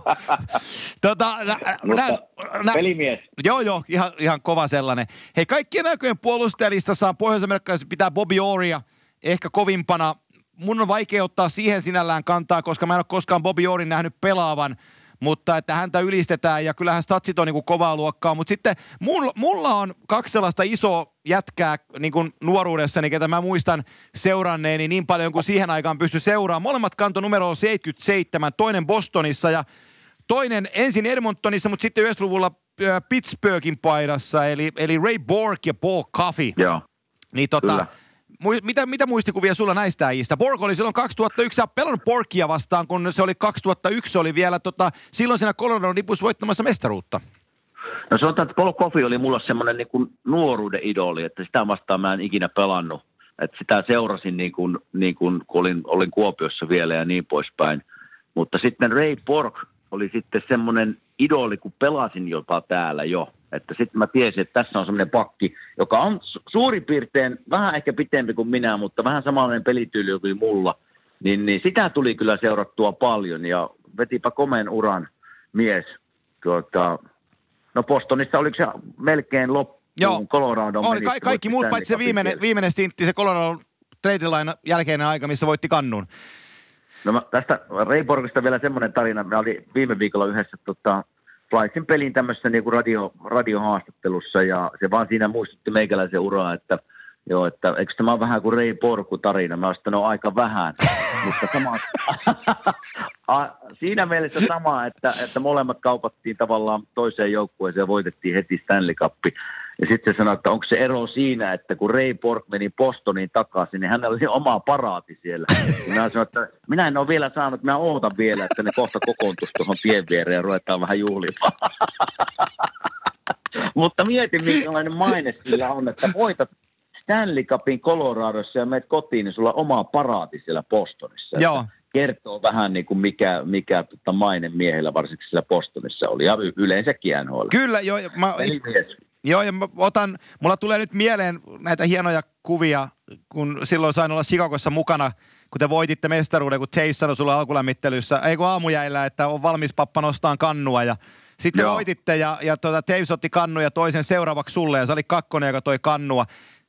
Pelimies. Joo, ihan kova sellainen. Hei, kaikkien aikojen puolustajalistassa on Pohjois-Amerikkalaisessa pitää Bobby Orria ehkä kovimpana. Mun on vaikea ottaa siihen sinällään kantaa, koska mä en ole koskaan Bobby Orrin nähnyt pelaavan, mutta että häntä ylistetään ja kyllähän statsit on niin kuin kovaa luokkaa. Mutta sitten mulla on kaksi sellaista isoa jätkää niin kuin nuoruudessani, ketä mä muistan seuranneeni niin paljon kuin siihen aikaan pysty seuraamaan. Molemmat kantoi numero 77, toinen Bostonissa ja toinen ensin Edmontonissa, mutta sitten 90-luvulla Pittsburghin paidassa, eli Ray Bourque ja Paul Coffey. Joo, niin mitä muistikuvia sulla näistä äijistä? Bourque oli silloin 2001, sä oot pelannut Bourquea vastaan, kun se oli 2001, oli vielä silloin siinä Colorado Nipus voittamassa mestaruutta. No sanotaan, että Paul Coffey oli mulla semmoinen niin kuin nuoruuden idoli, että sitä vastaan mä en ikinä pelannut. Että sitä seurasin niin kuin kun olin Kuopiossa vielä ja niin poispäin. Mutta sitten Ray Borg oli sitten semmoinen idoli, kun pelasin jopa täällä jo. Että sitten mä tiesin, että tässä on semmoinen pakki, joka on suurin piirtein vähän ehkä pitempi kuin minä, mutta vähän samanlainen pelityyli kuin mulla. Niin sitä tuli kyllä seurattua paljon ja vetipä komeen uran mies. No Bostonissa oliko se melkein loppuun? Joo, Colorado oli kaikki muut paitsi se viimeinen stintti, se Colorado trade line jälkeinen aika, missä voitti kannun. No tästä Ray Borgista vielä semmoinen tarina. Mä olin viime viikolla yhdessä Flightsin pelin tämmöisessä niinku radiohaastattelussa ja se vaan siinä muistutti meikäläisen uraa, että joo, että eikö tämä ole vähän kuin Ray Borgu tarina? Mä olisin no aika vähän, mutta siinä mielessä sama, että molemmat kaupattiin tavallaan toiseen joukkueeseen ja voitettiin heti Stanley Cup. Ja sitten se sanoi, että onko se ero siinä, että kun Ray Borg meni Bostoniin takaisin, niin hänellä oli oma paraati siellä. Ja mä sanoin, että minä en ole vielä saanut, minä ootan vielä, että ne kohta kokoontuisi tuohon tien viereen ja ruvetaan vähän juhlimaan. Mutta mietin, minkälainen maine sillä on, että voitat Stanley Cupin Coloradossa ja menet kotiin, niin sulla on oma paraati siellä Bostonissa. Joo. Kertoo vähän niin kuin mikä maine miehellä varsinkin siellä Bostonissa oli ja yleensäkin NHL. Kyllä, joo. Joo, ja mulla tulee nyt mieleen näitä hienoja kuvia, kun silloin sain olla Chicagossa mukana, kun te voititte mestaruuden, kun Taves sanoi sulle alkulämmittelyssä, kun aamujäillä, että on valmis pappa nostaa kannua, ja sitten voititte, ja Taves otti kannun ja toisen seuraavaksi sulle, ja se oli kakkonen, joka toi kannua.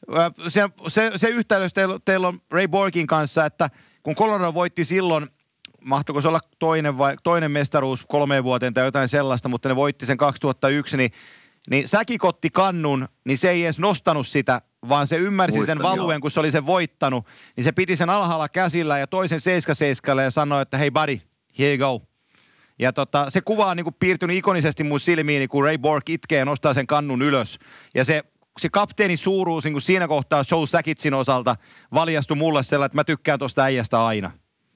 Se yhteydys teillä on Ray Borgin kanssa, että kun Colorado voitti silloin, mahtuiko se olla toinen mestaruus 3 vuoteen tai jotain sellaista, mutta ne voitti sen 2001, niin säkin kotti kannun, niin se ei edes nostanut sitä, vaan se ymmärsi sen valuen, kun se oli sen voittanut. Niin se piti sen alhaalla käsillä ja toisen 7-7 ja sanoi, että hei buddy, here you go. Ja se kuva on niin kuin piirtynyt ikonisesti mun silmiin, kun Ray Borg itkee ja nostaa sen kannun ylös. Ja se kapteenin suuruus niin kuin siinä kohtaa Joe Sakicin osalta valjastui mulle sellainen, että mä tykkään tuosta äijästä aina.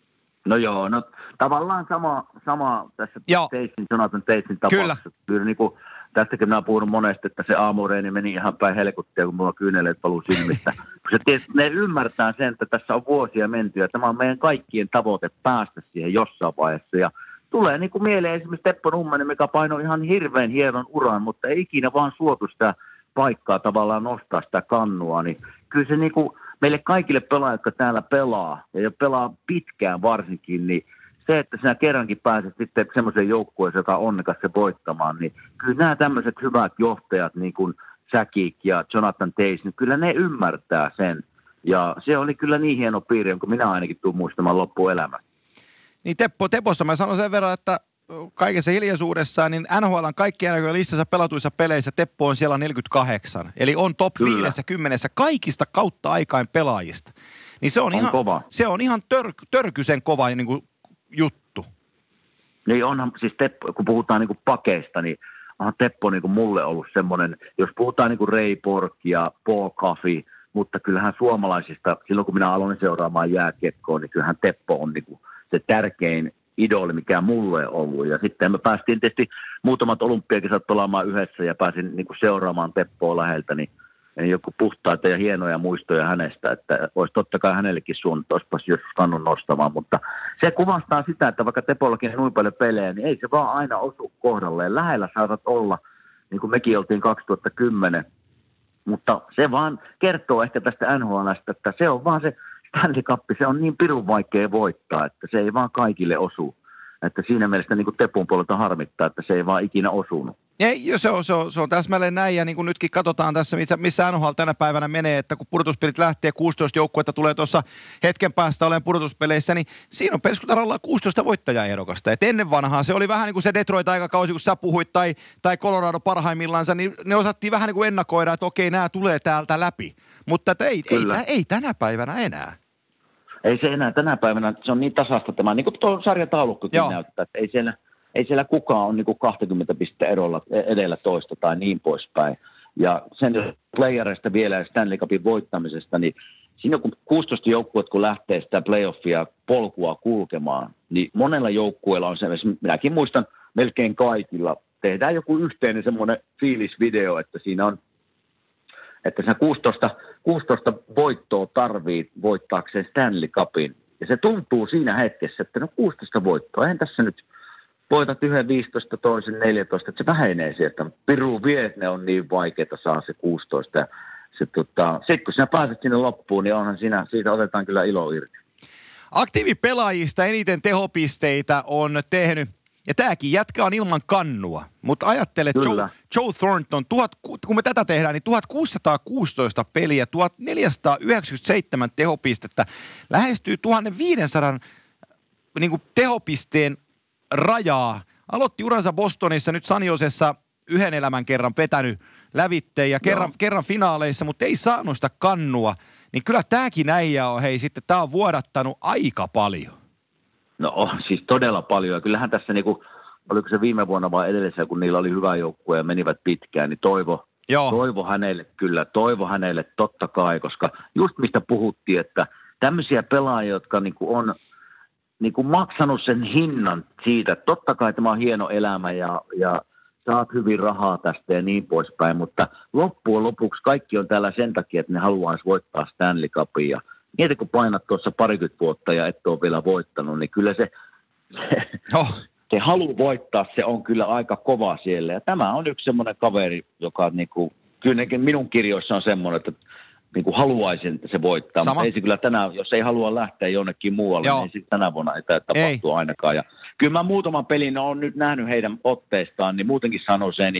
No joo, no tavallaan sama tässä Jonathan Tavesin tapauksessa. Kyllä niin kuin tästäkin mä oon puhunut monesti, että se aamureeni meni ihan päin helkuttia, kun mulla kyyneleet paluu silmistä. Ne ymmärtää sen, että tässä on vuosia menty ja tämä on meidän kaikkien tavoite päästä siihen jossain vaiheessa. Ja tulee niin kuin mieleen esimerkiksi Teppo Nummanen, mikä painoi ihan hirveän hienon uran, mutta ei ikinä vaan suotu sitä paikkaa tavallaan nostaa sitä kannua. Niin kyllä se niin kuin meille kaikille pelaajille, jotka täällä pelaa ja pelaa pitkään varsinkin, niin se, että sinä kerrankin pääset sitten semmoiseen joukkueeseen, joka on onnekas se voittamaan, niin kyllä nämä tämmöiset hyvät johtajat, niin kuin Sakic ja Jonathan Taves, niin kyllä ne ymmärtää sen. Ja se oli kyllä niin hieno piiri, jonka minä ainakin tuun muistamaan loppuelämä. Niin Tepossa mä sanon sen verran, että kaikessa hiljaisuudessaan, niin NHL:n kaikkien aikojen listassa pelatuissa peleissä Teppo on siellä 48. Eli on top 50 kaikista kautta aikain pelaajista. Niin se on ihan kova. Se on ihan törkysen kova niin kuin juttu. Niin onhan, siis Teppo, kun puhutaan niin kuin pakeista, niin onhan Teppo niin kuin mulle ollut semmoinen, jos puhutaan niin kuin Ray Borg ja Paul Coffey, mutta kyllähän suomalaisista, silloin kun minä aloin seuraamaan jääkiekkoa, niin kyllähän Teppo on niin kuin se tärkein idoli, mikä mulle on ollut. Ja sitten me päästiin tietysti muutamat olympiakisat pelaamaan yhdessä ja pääsin niin kuin seuraamaan Teppoa läheltä, niin joku puhtaita ja hienoja muistoja hänestä, että olisi totta kai hänellekin suunnat, olisipas joskus kannun nostamaan, mutta se kuvastaa sitä, että vaikka Tepollakin noin paljon pelejä, niin ei se vaan aina osu kohdalleen. Lähellä saatat olla, niin kuin mekin oltiin 2010, mutta se vaan kertoo ehkä tästä NHL:stä, että se on vaan se Stanley Cup, se on niin pirun vaikea voittaa, että se ei vaan kaikille osu. Että siinä mielessä niin kuin Tepun puolelta harmittaa, että se ei vaan ikinä osunut. Ei, se on täsmälleen näin, ja niin kuin nytkin katsotaan tässä, missä NHL tänä päivänä menee, että kun pudotuspelit lähtee, 16 joukkuetta tulee tuossa hetken päästä olemaan pudotuspeleissä, niin siinä on Perskutaralla 16 voittajaehdokasta. Et ennen vanhaa se oli vähän niin kuin se Detroit-aikakausi, kun sä puhuit, tai Colorado parhaimmillaansa, niin ne osattiin vähän niin kuin ennakoida, että okei, nämä tulee täältä läpi. Mutta ei tänä päivänä enää. Ei se enää tänä päivänä, se on niin tasasta tämä, niin kuin tuo sarjataulukkokin näyttää, että ei siellä kukaan ole niin kuin 20 pistettä erolla edellä toista tai niin poispäin. Ja sen playereista vielä ja Stanley Cupin voittamisesta, niin siinä kun 16 joukkuetta kun lähtee sitä playoffia polkua kulkemaan, niin monella joukkueella on se, minäkin muistan melkein kaikilla, tehdään joku yhteinen semmoinen fiilisvideo, että siinä on, että se 16 voittoa tarvii voittaakseen Stanley Cupin. Ja se tuntuu siinä hetkessä, että no 16 voittoa, eihän tässä nyt voitat yhden 15, toisen 14, että se vähenee sieltä. Piru vie, että ne on niin vaikeita saa se 16. Sitten kun sinä pääset sinne loppuun, niin onhan siitä otetaan kyllä ilo irti. Aktiivipelaajista eniten tehopisteitä on tehnyt, ja tämäkin jätkä on ilman kannua. Mutta ajattele, Joe Thornton, kun me tätä tehdään, niin 1616 peliä, 1497 tehopistettä, lähestyy 1500 niin kuin tehopisteen rajaa. Aloitti uransa Bostonissa, nyt San Josessa yhden elämän kerran petänyt lävitteen ja kerran finaaleissa, mutta ei saanut sitä kannua. Niin kyllä tämäkin äijä on, tää on vuodattanut aika paljon. No siis todella paljon. Ja kyllähän tässä oliko se viime vuonna vai edellisellä, kun niillä oli hyvä joukkue ja menivät pitkään, niin toivo hänelle totta kai, koska just mistä puhuttiin, että tämmöisiä pelaajia, jotka on maksanut sen hinnan siitä, että totta kai tämä on hieno elämä ja saat hyvin rahaa tästä ja niin poispäin, mutta loppujen lopuksi kaikki on täällä sen takia, että ne haluaisi voittaa Stanley Cupin. Ja mieti, kun painat tuossa 20 vuotta ja et ole vielä voittanut, niin kyllä se halu voittaa, se on kyllä aika kova siellä. Ja tämä on yksi semmoinen kaveri, joka kyllä minun kirjoissa on semmoinen, että haluaisin, että se voittaa, mutta ei se kyllä tänään, jos ei halua lähteä jonnekin muualle, niin ei sitten tänä vuonna ei tapahtu ainakaan. Ja kyllä mä muutaman pelin olen nyt nähnyt heidän otteistaan, niin muutenkin sanon sen,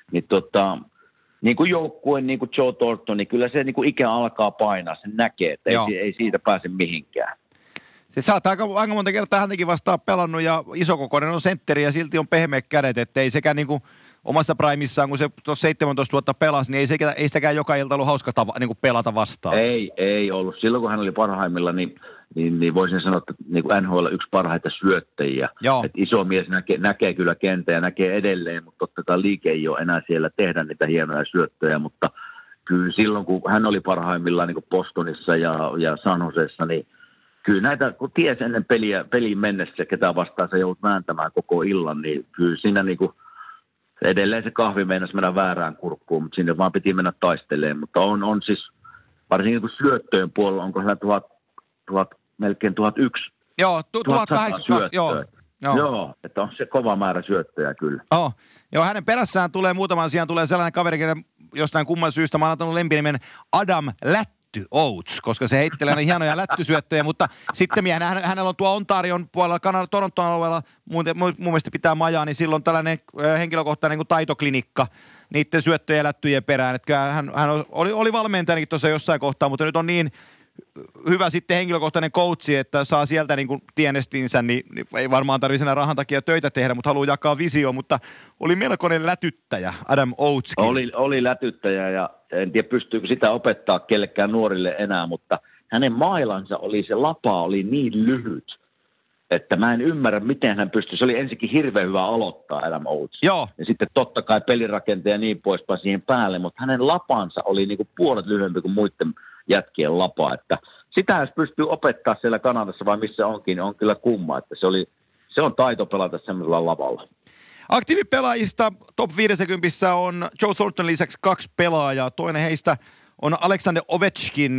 niin kuin joukkueen, niin kuin Joe Thornton, niin kyllä se ikä alkaa painaa, sen näkee, että ei siitä pääse mihinkään. Se saattaa aika monta kertaa häntäkin vastaan pelannut ja isokokoinen on sentteri ja silti on pehmeät kädet, että ei sekään omassa primissaan, kun se tuossa 17 vuotta pelasi, niin ei sitäkään joka ilta ollut hauska pelata vastaan. Ei ollut. Silloin kun hän oli parhaimmilla, niin voisin sanoa, että NHL yksi parhaita syöttäjiä. Että iso mies näkee kyllä kentän ja näkee edelleen, mutta totta kai liike ei ole enää siellä tehdä niitä hienoja syöttöjä, mutta kyllä silloin kun hän oli parhaimmillaan Bostonissa ja San Josessa, niin kyllä näitä, kun tiesi ennen peliin mennessä, ketä vastaan sä joudut vääntämään koko illan, niin kyllä siinä edelleen se kahvi meinasi mennä väärään kurkkuun, mutta sinne vaan piti mennä taistelemaan. Mutta on siis, varsinkin syöttöjen puolella, onko siellä melkein 1001? Joo, 1082, Joo, että on se kova määrä syöttöjä kyllä. Joo, hänen perässään muutaman sijaan tulee sellainen kaveri, kenen jostain kumman syystä mä oon antanut lempinimen Adam Oates, koska se heittelee ne hienoja lättysyöttöjä, mutta sitten hänellä on tuo Ontarion puolella, Toronton alueella, mun mielestä pitää majaa, niin silloin tällainen henkilökohtainen taitoklinikka niiden syöttöjen ja lättyjen perään. Että hän oli valmentajanakin tuossa jossain kohtaa, mutta nyt on niin hyvä sitten henkilökohtainen coachi, että saa sieltä tienestinsä, niin ei varmaan tarvitse enää rahan takia töitä tehdä, mutta haluaa jakaa visio, mutta oli melkoinen lätyttäjä, Adam Oateskin. Oli lätyttäjä ja en tiedä pystyykö sitä opettaa kellekään nuorille enää, mutta hänen mailansa se lapa oli niin lyhyt, että mä en ymmärrä, miten hän pystyi. Se oli ensinnäkin hirveän hyvä aloittaa Adam Oates. Joo. Ja sitten totta kai pelirakenteen ja niin poispäin siihen päälle, mutta hänen lapansa oli puolet lyhyempi kuin muiden jätkien lapa, että sitä jos pystyy opettaa siellä Kanadassa vai missä onkin, niin on kyllä kumma, että se on taito pelata semmoisella lavalla. Aktiivipelaajista top 50 on Joe Thornton lisäksi 2 pelaajaa. Toinen heistä on Alexander Ovechkin,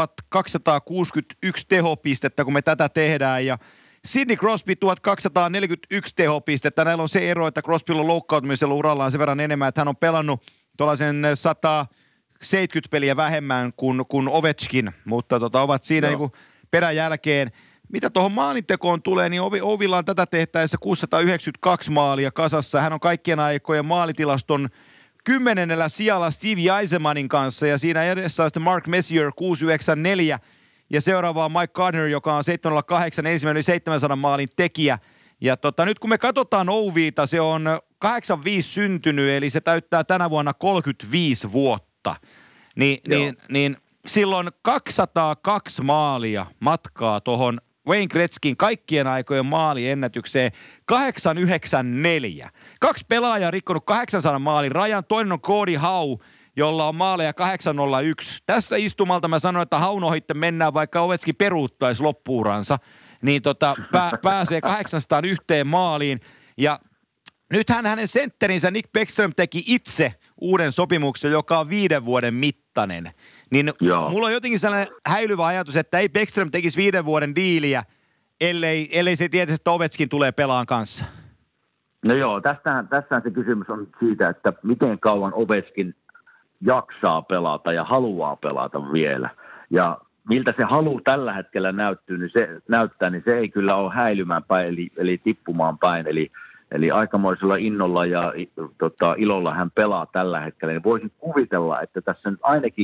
1261 tehopistettä, kun me tätä tehdään, ja Sidney Crosby 1241 tehopistettä. Näillä on se ero, että Crosbylla on loukkaantumisella urallaan sen verran enemmän, että hän on pelannut tuollaisen 170 peliä vähemmän kuin Ovechkin, mutta ovat siinä peräjälkeen. Mitä tuohon maalintekoon tulee, niin Ovilla on tätä tehtäessä 692 maalia kasassa. Hän on kaikkien aikojen maalitilaston 10. sijalla Stevie Eisemanin kanssa, ja siinä edessä on sitten Mark Messier 694, ja seuraava on Mike Gardner, joka on 708, ensimmäinen 700 maalin tekijä. Ja nyt kun me katsotaan Oviita, se on 85 syntynyt, eli se täyttää tänä vuonna 35 vuotta. Niin silloin 202 maalia matkaa tuohon Wayne Gretzkin kaikkien aikojen maaliennätykseen 894. 2 pelaajaa rikkonut 800 maalin rajan, toinen on Cody Howe, jolla on maaleja 801. Tässä istumalta mä sanoin, että Haun ohitte mennään, vaikka Ovechkin peruuttaisi loppuuransa, niin pääsee 801 maaliin. Ja nythän hänen sentterinsä Nick Backstrom teki itse uuden sopimuksen, joka on 5 vuoden mittainen. Niin Joo. mulla on jotenkin sellainen häilyvä ajatus, että ei Bäckström tekisi 5 vuoden diiliä, ellei se tietäisi, että Ovechkin tulee pelaan kanssa. No joo, tässähän se kysymys on siitä, että miten kauan Ovechkin jaksaa pelata ja haluaa pelata vielä. Ja miltä se halu tällä hetkellä näyttää, niin se ei kyllä ole häilymään päin, eli tippumaan päin. Eli aikamoisella innolla ja ilolla hän pelaa tällä hetkellä. Niin voisin kuvitella, että tässä nyt ainakin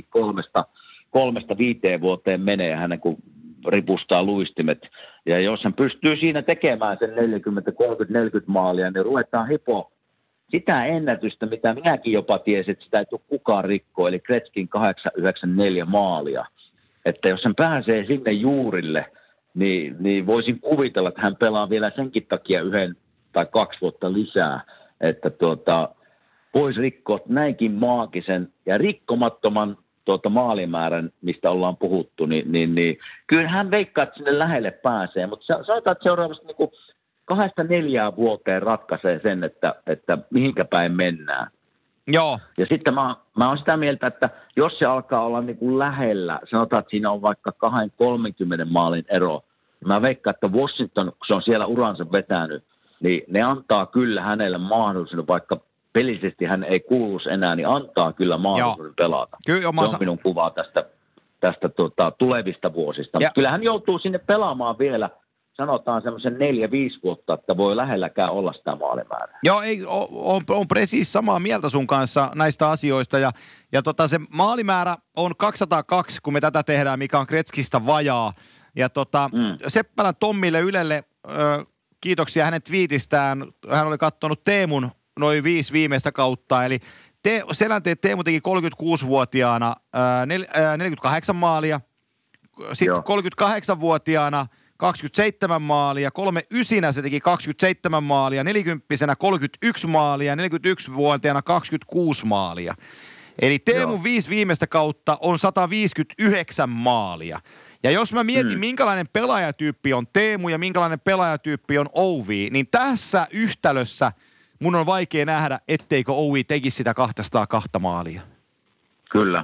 3-5 vuoteen menee hänen, kun ripustaa luistimet. Ja jos hän pystyy siinä tekemään sen 40 maalia, niin ruvetaan hipo sitä ennätystä, mitä minäkin jopa tiesin, että sitä ei tule kukaan rikkoa, eli Gretzkin 894 maalia. Että jos hän pääsee sinne juurille, niin voisin kuvitella, että hän pelaa vielä senkin takia 1 tai 2 vuotta lisää, että voisi rikkoa näinkin maagisen ja rikkomattoman maalimäärän, mistä ollaan puhuttu, niin kyllä hän veikkaa, että sinne lähelle pääsee, mutta sanotaan, että seuraavasti niin 2-4 vuoteen ratkaisee sen, että mihinkä päin mennään. Joo. Ja sitten mä oon sitä mieltä, että jos se alkaa olla niin kuin lähellä, sanotaan, että siinä on vaikka 20-30 maalin ero, mä veikkaan, että Washington, kun se on siellä uransa vetänyt, niin ne antaa kyllä hänelle mahdollisuuden, vaikka pelisesti hän ei kuuluisi enää, niin antaa kyllä mahdollisuuden pelata. Kyllä, se on minun kuvaa tästä tulevista vuosista. Mutta kyllä hän joutuu sinne pelaamaan vielä, sanotaan semmoisen 4-5 vuotta, että voi lähelläkään olla sitä maalimäärää. Joo, on presiis samaa mieltä sun kanssa näistä asioista. Ja se maalimäärä on 202, kun me tätä tehdään, mikä on Gretzkistä vajaa. Ja Seppälän Tommille Ylelle kiitoksia hänen twiitistään. Hän oli katsonut Teemun noin 5 viimeistä kautta, eli Selänteen Teemu teki 36-vuotiaana 48 maalia, sitten 38-vuotiaana 27 maalia, 39 se teki 27 maalia, 40-vuotiaana 31 maalia, 41-vuotiaana 26 maalia. Eli Teemun 5 viimeistä kautta on 159 maalia. Ja jos mä mietin, minkälainen pelaajatyyppi on Teemu ja minkälainen pelaajatyyppi on Ovi, niin tässä yhtälössä mun on vaikea nähdä, etteikö Ovi tekisi sitä 202 maalia. Kyllä.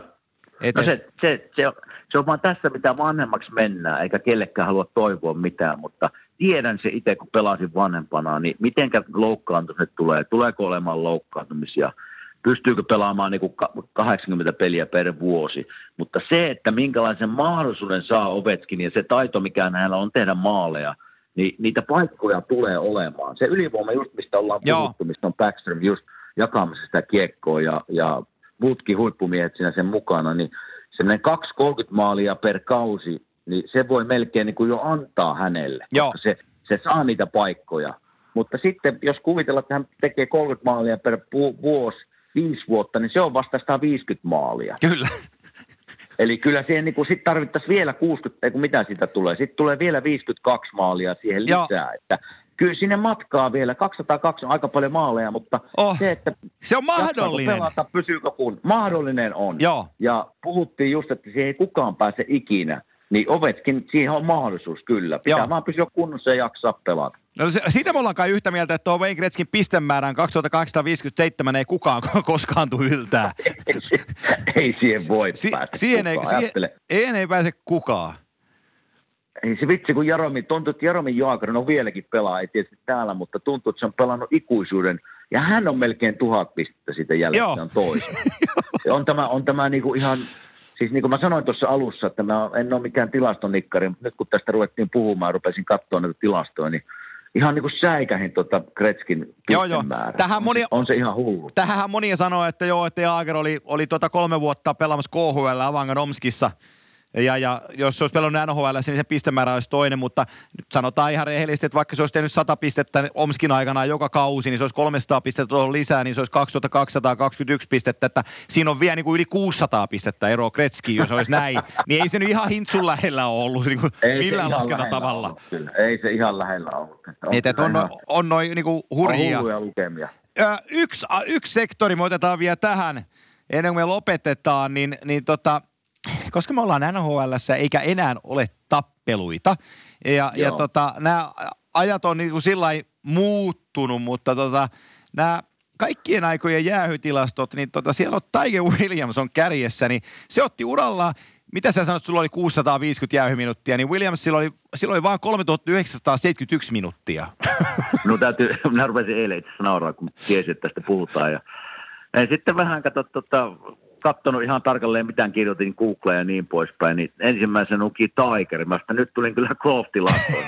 Se on vaan tässä, mitä vanhemmaksi mennään, eikä kellekään halua toivoa mitään, mutta tiedän se itse, kun pelasin vanhempana, niin mitenkä loukkaantumiset tulee, tuleeko olemaan loukkaantumisia, pystyykö pelaamaan niin kuin 80 peliä per vuosi, mutta se, että minkälaisen mahdollisuuden saa Ovechkin ja se taito, mikä hänellä on tehdä maaleja, niin niitä paikkoja tulee olemaan. Se ylivoima just, mistä ollaan puhuttu, mistä on Backstrom just jakamassa sitä kiekkoa ja muutkin huippumiehet siinä sen mukana, niin semmoinen 2-30 maalia per kausi, niin se voi melkein niin kuin jo antaa hänelle, koska se saa niitä paikkoja. Mutta sitten, jos kuvitellaan, että hän tekee 30 maalia per vuosi, 5 vuotta, niin se on vasta 150 maalia. Kyllä. Eli kyllä siihen niin sitten tarvittaisiin vielä 60, ei kun mitä siitä tulee. Sitten tulee vielä 52 maalia siihen lisää. Että kyllä sinne matkaa vielä. 202 on aika paljon maaleja, mutta se on mahdollinen. Pelata, pysyykö kun? Mahdollinen on. Joo. Ja puhuttiin just, että siihen ei kukaan pääse ikinä. Niin Ovechkin, siihen on mahdollisuus kyllä. Pitää vaan pysyä kunnossa ja jaksaa pelata. No siitä me ollaan kai yhtä mieltä, että tuo Wayne Gretzkin pistemäärän 2857 ei kukaan koskaan tule yltää. Ei siihen voi päästä. Siihen ei pääse kukaan. Ei se vitsi, kun tuntuu, että Jaromir Jagr on vieläkin pelaa, ei tietysti täällä, mutta tuntuu, että se on pelannut ikuisuuden. Ja hän on melkein 1000 pistettä siitä jälkeen, se on toisen. on tämä niinku ihan... Siis niin kuin mä sanoin tuossa alussa, että mä en ole mikään tilastonikkari, mutta nyt kun tästä ruvettiin puhumaan ja rupesin katsoa näitä tilastoja, niin ihan niin kuin säikähin Gretzkin pistemäärä. On se ihan hullu. Tähän monia sanoo, että Jagr oli 3 vuotta pelaamassa KHL Avangadomskissa. Ja jos se olisi pelannut NHL, niin se pistemäärä olisi toinen, mutta nyt sanotaan ihan rehellisesti, että vaikka se olisi tehnyt 100 pistettä Omskin aikana joka kausi, niin se olisi 300 pistettä lisää, niin se olisi 2221 pistettä, että siinä on vielä niin kuin yli 600 pistettä ero Gretzkiin, jos olisi näin. Niin ei se nyt ihan hintsun lähellä ole ollut niin kuin millään laskentatavalla. Ollut, ei se ihan lähellä ollut. On noin niin kuin hurjia. On hulluja lukemia. Yksi sektori me otetaan vielä tähän, ennen kuin me lopetetaan, niin koska me ollaan NHL:ssä eikä enää ole tappeluita. Nämä ajat on niin kuin sillain muuttunut, mutta nämä kaikkien aikojen jäähytilastot, niin siellä on Tiger Williams on kärjessä, niin se otti uralla, mitä sä sanot, sulla oli 650 jäähyminuuttia, niin Williams silloin oli vaan 3971 minuuttia. No minä rupesin eilen itse nauraa, kun tiesin, että tästä puhutaan. Ja sitten vähän katsonut ihan tarkalleen, mitään kirjoitin Googleen ja niin poispäin, niin ensimmäisen nuki Tiger. Mä nyt tulin kyllä Croft-tilastoon.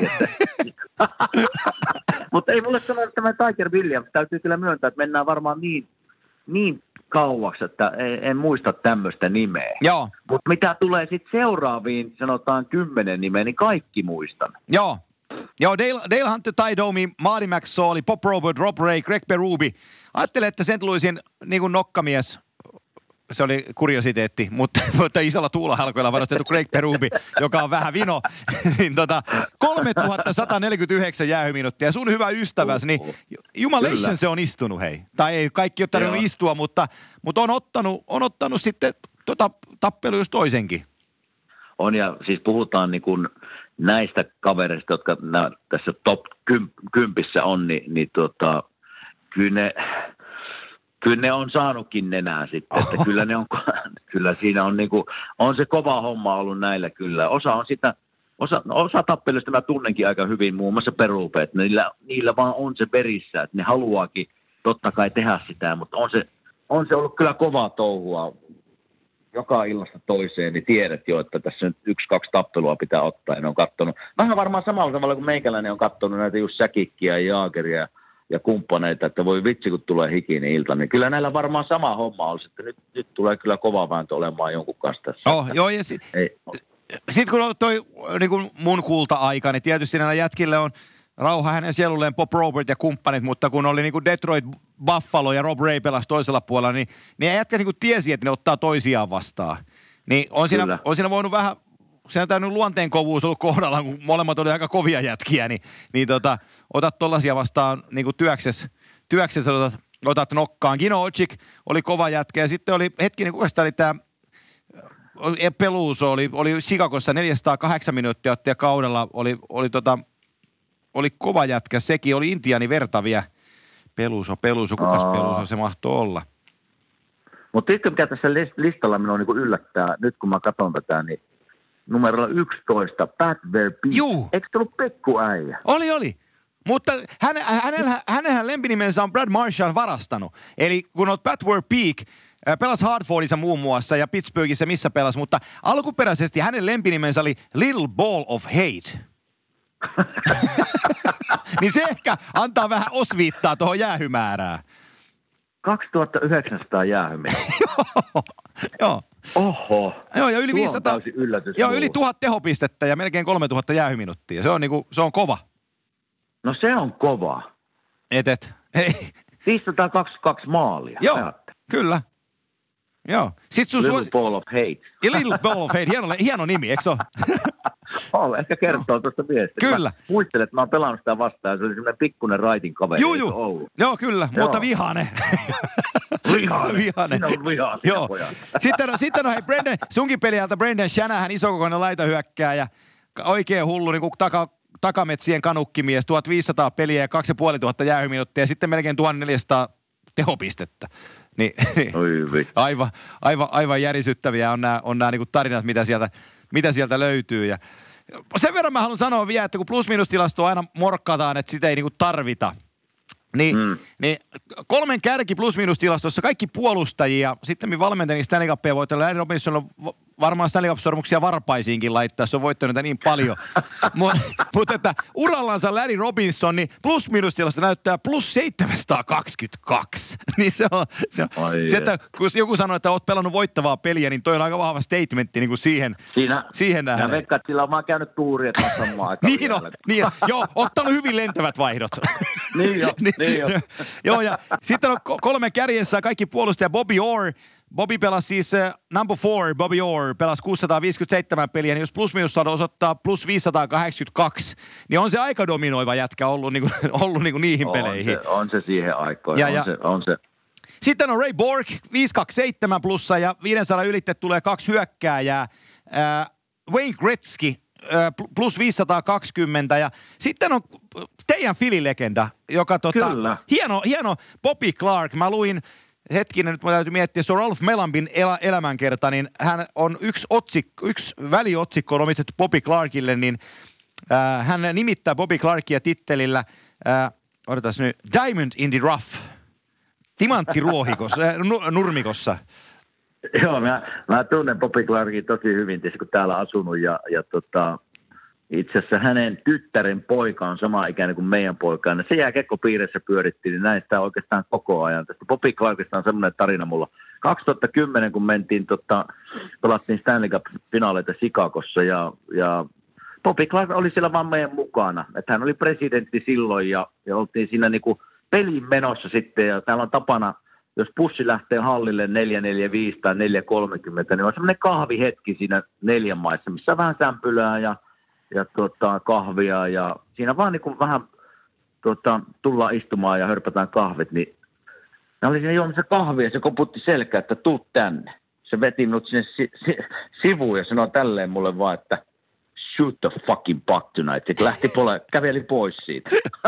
Mutta ei mulle sanoa, että tämä Tiger Williams täytyy kyllä myöntää, että mennään varmaan niin kauaksi, että en muista tämmöistä nimeä. Joo. Mutta mitä tulee sitten seuraaviin, sanotaan 10 nimeä, niin kaikki muistan. Joo, Dale Hunter, Ty Domi, Marty McSorley, Bob Robert, Rob Ray, Greg Berube. Ajattelen, että sen tuluisin niin kuin nokkamies. Se oli kuriositeetti, mutta isolla tuulahalkoilla varustettu Greg Berube, joka on vähän vino, niin 3149 jäähyminuuttia. Sun hyvä ystäväsi, niin jumalation se on istunut, hei. Tai ei kaikki ole tarvinnut istua, mutta on ottanut sitten tappelu just toisenkin. On, ja siis puhutaan niin kuin näistä kavereista, jotka tässä top 10 on, niin kyllä ne on saanutkin nenää sitten, että kyllä siinä on niinku, on se kova homma ollut näillä kyllä. Osa tappeluista mä tunnenkin aika hyvin, muun muassa Berube, että niillä vaan on se verissä, että ne haluaakin totta kai tehdä sitä, mutta on se ollut kyllä kovaa touhua joka illasta toiseen, niin tiedät jo, että tässä nyt 1-2 tappelua pitää ottaa, ja ne on kattonut. Vähän varmaan samalla tavalla kuin meikäläinen on kattonut näitä just Säkikkiä ja Jaageria ja kumppaneita, että voi vitsi, kun tulee hikinen ilta, niin kyllä näillä varmaan sama homma olisi, että nyt tulee kyllä kova vääntö olemaan jonkun kanssa tässä. Joo, ja sitten kun on toi niin kuin mun kulta-aika, niin tietysti näillä jätkille on rauha hänen sielulleen Bob Robert ja kumppanit, mutta kun oli niin kuin Detroit Buffalo ja Rob Ray pelasi toisella puolella, niin ne jätkät niin kuin tiesi, että ne ottaa toisiaan vastaan. Niin on siinä voinut vähän, siinä on luonteen kovuus ollut kohdalla, kun molemmat oli aika kovia jätkiä, niin otat tollaisia vastaan niin kuin työksessä otat nokkaan. Gino Ogic oli kova jätkä ja sitten oli hetkinen, kuka sitä oli tämä Peluso, oli Chicagossa 408 minuuttia otti ja kaudella oli kova jätkä, sekin oli Intiani vertavia. Peluso, kukas Peluso se mahtoi olla? Mutta sitten mikä tässä listalla minua niin yllättää, nyt kun mä katson tätä, niin numerolla 11, Pat Verbeek. Juu. Eikö tullut Pekku-äijä? Oli. Mutta hänenhän lempinimensä on Brad Marchand varastanut. Eli kun olet Pat Verbeek, pelasi Hartfordissa muun muassa ja Pittsburghissa missä pelasi, mutta alkuperäisesti hänen lempinimensä oli Little Ball of Hate. Niin se ehkä antaa vähän osviittaa tuohon jäähymäärään. 2900 jäähymäärää. Joo. Oho. Joo, ja yli 500. Joo, yli 1000 tehopistettä ja melkein 3000 jäähyminuuttia. Se on kova. No se on kova. Ei. 522 maalia. Joo, kyllä. Joo. Little Ball of Hate. Little Ball of Hate. Hieno nimi, eikö se ole? Ehkä kertoo tuosta viestistä. Kyllä. Muistelen, että mä oon pelannut sitä vastaan ja se oli semmoinen pikkuinen raitin kaveri. Juu. Joo, kyllä. Mutta vihane. Vihane. Joo. Sitten on hei sunkin peliältä Brendan Shanahan, isokokoinen laitahyökkääjä. Oikein hullu niin kuin takametsien kanukkimies. 1500 peliä ja 2500 jäähyminuuttia ja sitten melkein 1400 tehopistettä. Niin, aivan järisyttäviä on nämä niinku tarinat, mitä sieltä löytyy. Ja sen verran mä haluan sanoa vielä, että kun plus-minus-tilastoa aina morkkataan, että sitä ei niinku tarvita. Niin 3 kärki plus-minus-tilastossa kaikki puolustajia, sitten valmentajien Stanley Cupia voittanut. Larry Robinson on varmaan Stanley Cup-sormuksia varpaisiinkin laittaa, se on voittanut niin paljon. Mutta että urallansa Larry Robinson, niin plus-minus-tilasto näyttää plus 722. Niin se on että kun joku sanoo, että oot pelannut voittavaa peliä, niin toi on aika vahva statementti niin kuin siihen nähden. Ja veikkaan, että sillä on vaan käynyt tuuri, että samaan aikaan. niin on. Joo, ottanut hyvin lentävät vaihdot. Niin jo. Joo, ja sitten on 3 kärjessä kaikki puolustajat. Bobby Orr. Bobby pelasi siis number 4, Bobby Orr pelasi 657 peliä, niin jos plus-minus saada osoittaa plus 582, niin on se aika dominoiva jätkä ollut niihin peleihin. On se siihen aikaan, on se. Sitten on Ray Bork, 527 plussa ja 500 ylitteet tulee 2 hyökkääjää. Wayne Gretzky, plus 520 ja sitten on teidän Philly-legenda, joka Kyllä. hieno Bobby Clark. Mä luin hetkinen, nyt mä täytyy miettiä, se on Rolf Melambin elämänkerta, niin hän on yksi väliotsikko on omistettu Bobby Clarkille, niin hän nimittää Bobby Clarkia tittelillä, odotas nyt, Diamond in the Rough, timanttiruohikossa, nurmikossa. Joo, mä tunnen Bobby Clarkin tosi hyvin, kun täällä asunut ja itse asiassa hänen tyttären poika on sama ikäinen kuin meidän poika. Se jääkiekkopiirissä pyörittiin, niin näistä oikeastaan koko ajan. Tästä Bobby Clarkista on semmoinen tarina mulla. 2010, kun mentiin, pelattiin Stanley Cup-finaaleita Chicagossa ja Bobby Clark oli siellä vaan meidän mukana. Että hän oli presidentti silloin ja oltiin siinä niinku pelin menossa sitten ja täällä on tapana, jos bussi lähtee hallille 4:45 tai 4:30, niin on semmoinen kahvihetki siinä 4 maissa, missä on vähän sämpylää ja kahvia ja siinä vaan niin kuin vähän tullaan istumaan ja hörpätään kahvit, niin ne oli siinä juomassa kahvia ja se koputti selkää, että tuu tänne. Se veti minut sinne sivuun ja sanoi tälleen mulle vaan, että shoot the fucking puck tonight. Sitten lähti käveli pois siitä.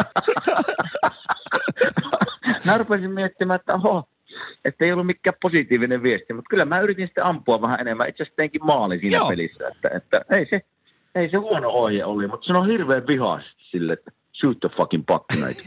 Mä rupesin miettimään, että ei ollut mikään positiivinen viesti, mutta kyllä mä yritin sitten ampua vähän enemmän. Itse asiassa teinkin maalin siinä pelissä, että ei se huono ohje oli, mutta se on hirveän vihaisesti sille, että shoot the fucking puck tonight.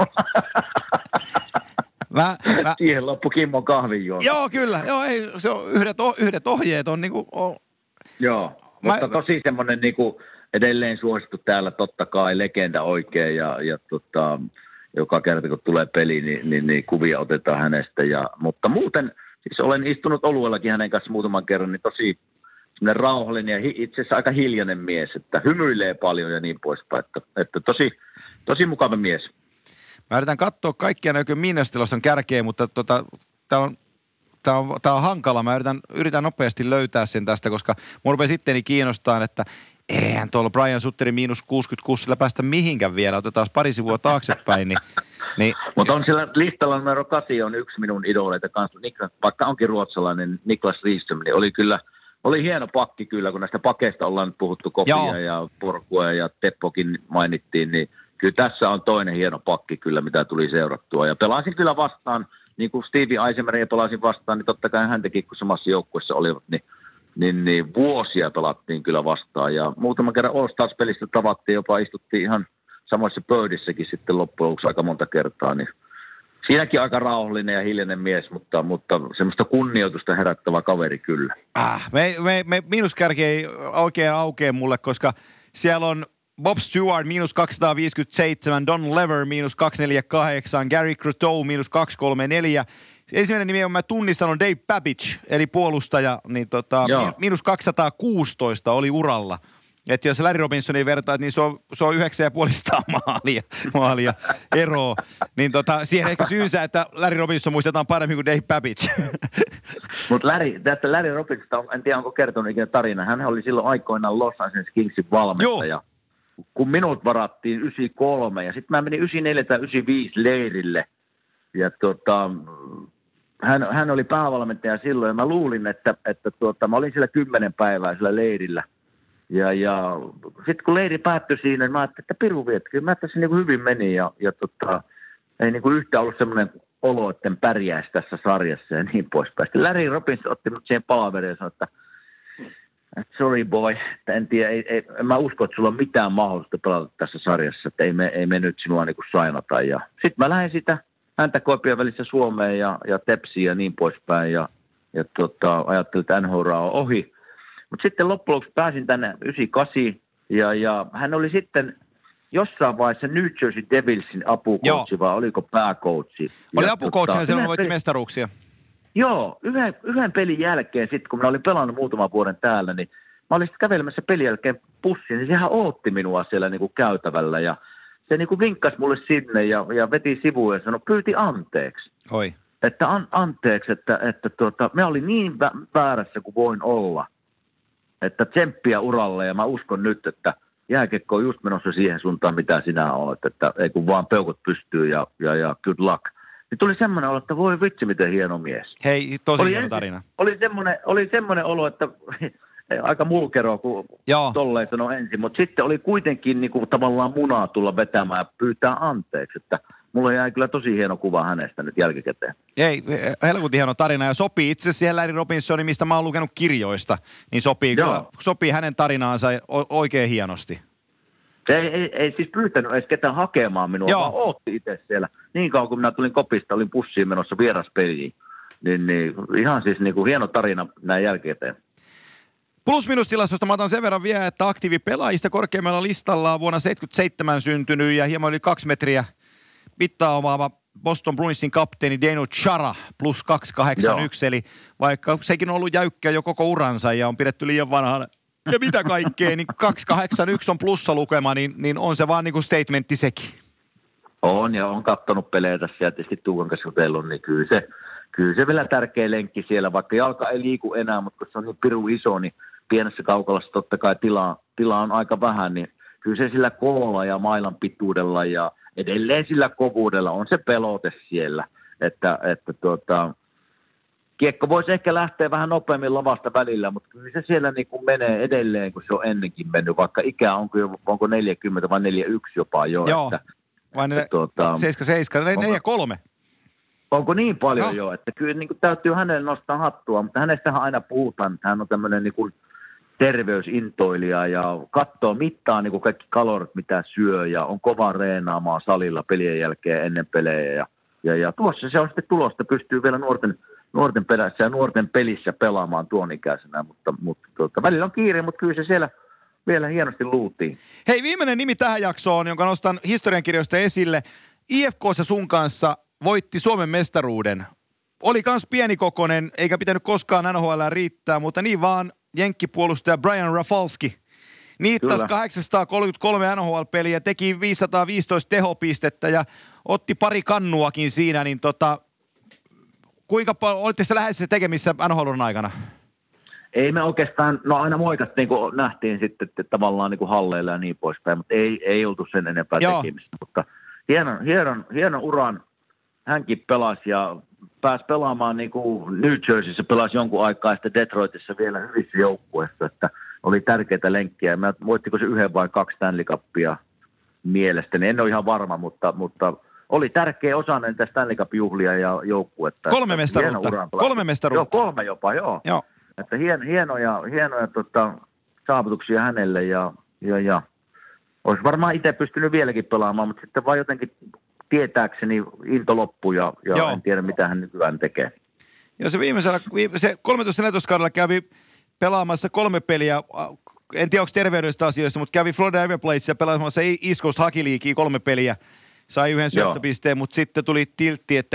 Siihen loppu Kimmon kahvinjuonti. Joo, kyllä. Joo, ei, se on yhdet ohjeet on niinku... Joo, mutta tosi semmoinen niinku edelleen suosittu täällä totta kai legenda oikein ja joka kerta kun tulee peli, niin kuvia otetaan hänestä. Mutta muuten, siis olen istunut oluellakin hänen kanssa muutaman kerran, niin tosi semmoinen rauhallinen ja itse asiassa aika hiljainen mies, että hymyilee paljon ja niin poispäin. Että tosi mukava mies. Mä yritän katsoa kaikkia näkyy Minnestiloston kärkeä, mutta tää on hankala. Mä yritän nopeasti löytää sen tästä, koska mun rupesi sitteni kiinnostaa, että eihän tuolla Brian Sutterin -66 sillä päästä mihinkään vielä. Otetaan pari sivua taaksepäin. Niin. Mutta on siellä listalla numero 8 on yksi minun idoleita kanssa. Vaikka onkin ruotsalainen Niklas Lidström, niin oli hieno pakki kyllä, kun näistä pakeista ollaan nyt puhuttu Kofia ja Porkua ja Teppokin mainittiin, niin kyllä tässä on toinen hieno pakki kyllä, mitä tuli seurattua. Ja pelasin kyllä vastaan, niin kuin Stevie Eisenbergia pelasin vastaan, niin totta kai häntäkin, kun samassa joukkueessa olivat, niin vuosia pelattiin kyllä vastaan. Ja muutaman kerran All-Stars-pelistä tavattiin, jopa istuttiin ihan samoissa pöydissäkin sitten loppujen lopuksi aika monta kertaa. Niin siinäkin aika rauhallinen ja hiljainen mies, mutta semmoista kunnioitusta herättävä kaveri kyllä. Me miinuskärki ei oikein aukea mulle, koska siellä on Bob Stewart -257, Don Lever -248, Gary Croteau -234. Ensimmäinen nimi, jonka mä tunnistan, on Dave Babbage, eli puolustaja, niin -216 oli uralla. Että jos Larry Robinsonin vertaat, niin se on 9,5 maalia eroa. Niin siihen ehkä syynsä, että Larry Robinson muistetaan paremmin kuin Dave Babbage. Mutta Larry Robinsonista, en tiedä onko kertonut ikinä tarina. Hän oli silloin aikoinaan Los Angeles Kingsin valmentaja. Joo. Kun minut varattiin 93 ja sitten mä menin 94 tai 95 leirille. Ja hän oli päävalmentaja silloin ja mä luulin, että mä olin siellä 10 päivää siellä leirillä. Ja sitten kun leiri päättyi siinä, niin mä ajattelin, että piru vietkin. Mä tässä niin hyvin meni ja ei niin yhtään ollut semmoinen olo, että en pärjäisi tässä sarjassa ja niin poispäin. Sitten Larry Robinson otti mut siihen palaveriin ja sanoi, että sorry boy, että en tiedä, en mä usko, että sulla on mitään mahdollista pelata tässä sarjassa, että ei me nyt sinua niin kuin sainata. Ja sitten mä lähdin sitä häntä koipien välissä Suomeen ja Tepsiin ja niin poispäin ja ajattelin, että NHL on ohi. Mutta sitten loppujen lopuksi pääsin tänne 98 ja hän oli sitten jossain vaiheessa New Jersey Devilsin apukoutsi vai oliko pääkoutsi? Oli apukoutsi ja silloin voitti mestaruuksia. Joo, yhden pelin jälkeen sitten, kun mä olin pelannut muutaman vuoden täällä, niin mä olin sitten kävelemässä pelin jälkeen bussiin, niin sehän ootti minua siellä niin kuin käytävällä ja se niin kuin vinkkasi mulle sinne ja veti sivuun ja sanoi, pyyti anteeksi. Oi. Että anteeksi, että mä olin niin väärässä kuin voin olla, että tsemppiä uralle ja mä uskon nyt, että jääkiekko on just menossa siihen suuntaan, mitä sinä olet, että ei kun vaan peukut pystyy ja good luck. Niin tuli semmoinen olo, että voi vitsi, miten hieno mies. Hei, tosi hieno tarina. Oli semmoinen olo, että aika mulkeroa, kun tolleen sanoi ensin, mutta sitten oli kuitenkin niin kuin tavallaan munaa tulla vetämään ja pyytää anteeksi, että mulla jäi kyllä tosi hieno kuva hänestä nyt jälkikäteen. Ei, helkutin hieno tarina ja sopii itse asiassa Larry Robinsonin, mistä mä oon lukenut kirjoista, niin sopii hänen tarinaansa oikein hienosti. Se ei siis pyytänyt edes ketään hakemaan minua, vaan ootti itse siellä. Niin kauan kun minä tulin kopista, olin bussiin menossa vieraspeliin. Niin ihan siis niin kuin hieno tarina näin jälkeenpäin. Plus-minus-tilastosta mä otan sen verran vielä, että aktiivipelaajista korkeimmalla listalla on vuonna 1977 syntynyt ja hieman yli 2 metriä mittaa omaava Boston Bruinsin kapteeni Dino Chara plus 281, eli vaikka sekin on ollut jäykkä jo koko uransa ja on pidetty liian vanhana ja mitä kaikkea, niin 281 on plussalukema, niin on se vaan niin kuin statementti sekin. On ja on katsonut pelejä tässä ja tietysti Tuukan kanssa jutellut, niin kyllä se vielä tärkeä lenkki siellä, vaikka jalka ei liiku enää, mutta kun se on niin piru iso, niin pienessä kaukalassa totta kai tilaa on aika vähän, niin kyllä se sillä koolla ja mailan pituudella ja edelleen sillä kovuudella on se pelote siellä, että kiekko voisi ehkä lähteä vähän nopeammin lavasta välillä, mutta kyllä se siellä niin kuin menee edelleen, kun se on ennenkin mennyt, vaikka ikä onko 40 vai 41 jopa jo. Joo, vai 77, 43. Onko niin paljon jo, että kyllä niin kuin täytyy hänelle nostaa hattua, mutta hänestähän aina puhutaan, että hän on tämmöinen niin kuin terveysintoilija ja katsoo mittaa niin kuin kaikki kalorit, mitä syö ja on kova reenaamaan salilla pelien jälkeen ennen pelejä ja tuossa se on sitten tulosta, pystyy vielä nuorten perässä ja nuorten pelissä pelaamaan tuon ikäisenä, mutta välillä on kiire, mutta kyllä se siellä vielä hienosti luutiin. Hei, viimeinen nimi tähän jaksoon, jonka nostan historiankirjoista esille. IFK:ssa sun kanssa voitti Suomen mestaruuden. Oli kans pienikokoinen, eikä pitänyt koskaan NHL riittää, mutta niin vaan jenkkipuolustaja Brian Rafalski niittasi 833 NHL-peliä, teki 515 tehopistettä ja otti pari kannuakin siinä, niin kuinka paljon olitte se läheisessä tekemissä NHL:n aikana? Ei me oikeastaan, aina moikattiin, kun nähtiin sitten että tavallaan niin kuin halleilla ja niin poispäin, mutta ei oltu sen enempää tekemistä, mutta hienon uran hänkin pelasi ja pääsi pelaamaan niin kuin New Jerseyssä, pelasi jonkun aikaa ja sitten Detroitissa vielä hyvissä joukkueissa, että oli tärkeitä lenkkiä. Mä voittiko se 1 vai 2 Stanley Cupia mielestäni, en ole ihan varma, mutta oli tärkeä osa näitä Stanley Cup-juhlia ja joukkuetta. 3 mestaruutta. 3 mestaruutta. Joo, 3 jopa, joo. Että hienoja saavutuksia hänelle ja olisi varmaan itse pystynyt vieläkin pelaamaan, mutta sitten vaan jotenkin tietääkseni into loppui ja en tiedä mitä hän nykyään tekee. Joo, se 13-14 kaudella kävi pelaamassa 3 peliä, en tiedä onko terveydellisistä asioista, mutta kävi Florida Everbladesissa pelaamassa East Coast Hockey Leaguea 3 peliä, sai 1 syöttöpisteen, mutta sitten tuli tiltti, että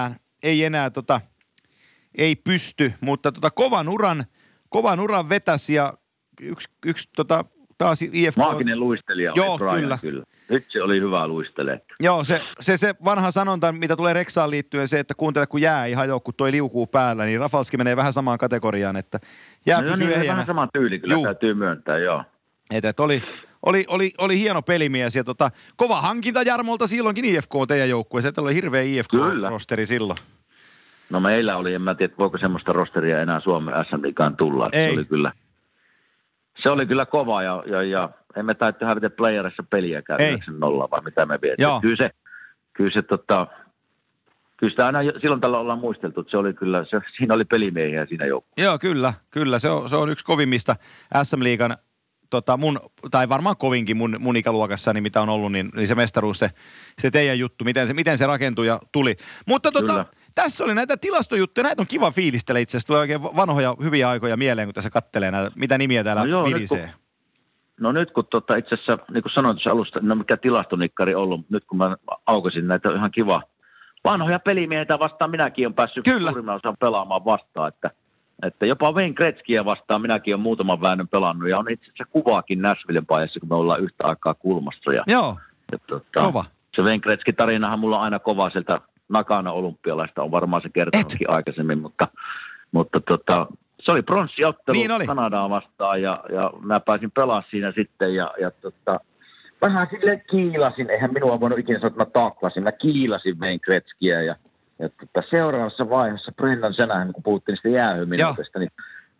ei pysty, mutta kovan uran vetäsi ja yksi taas IFK. Maaginen luistelija. Joo, kyllä. Nyt se oli hyvä luisteleja. Joo, se vanha sanonta, mitä tulee Reksaan liittyen, se, että kuuntele kun jää ei hajoa, kun toi liukuu päällä, niin Rafalski menee vähän samaan kategoriaan, että jää pysyy ehjänä. Vähän sama tyyli kyllä täytyy myöntää, joo. Että oli hieno pelimies ja kova hankinta Jarmolta silloinkin IFK teidän joukkueessa, että oli hirveä IFK-rosteri silloin. No meillä oli, en mä tiedä, voiko semmoista rosteria enää Suomen SM-liigaan tulla. Ei. Se oli kyllä kova ja emme taittu hävitä playerissa peliäkään 9-0, vai mitä me vietiin. Kyllä sitä aina silloin tällä ollaan muisteltu, että se oli kyllä, siinä oli pelimiehiä siinä joukkueessa. Joo, kyllä. Se on yksi kovimmista SM-liigan, tai varmaan kovinkin mun ikäluokassani, mitä on ollut, niin se mestaruus, se teidän juttu, miten se rakentui ja tuli. Mutta tässä oli näitä tilastojuttuja, näitä on kiva fiilistellä itse asiassa, tulee oikein vanhoja hyviä aikoja mieleen, kun tässä kattelee näitä, mitä nimiä täällä vilisee. Nyt kun itse asiassa, niin kuin sanoin tuossa alusta, mikä tilastonikkari ollut, mutta nyt kun mä aukasin näitä ihan kiva vanhoja pelimiehiä vastaan, minäkin olen päässyt suurimman osan pelaamaan vastaan, että jopa Wayne Gretzkyä vastaan minäkin olen muutaman väännön pelannut ja on itse asiassa kuvaakin Nashvillen paijassa, kun me ollaan yhtä aikaa kulmassa. Joo, kova. Se Wayne Gretzky-tarinahan mulla on aina kova sieltä Nakana olympialaista, on varmaan se kertonutkin aikaisemmin, mutta se oli pronssiottelu Kanadaa vastaan ja mä pääsin pelaamaan siinä sitten ja vähän silleen kiilasin, eihän minua voinut ikinä sanoa, että mä taklasin, mä kiilasin Wayne Gretzkyä ja seuraavassa vaiheessa Brendan Shanahan, kun puhuttiin niistä jäähyminuutista, niin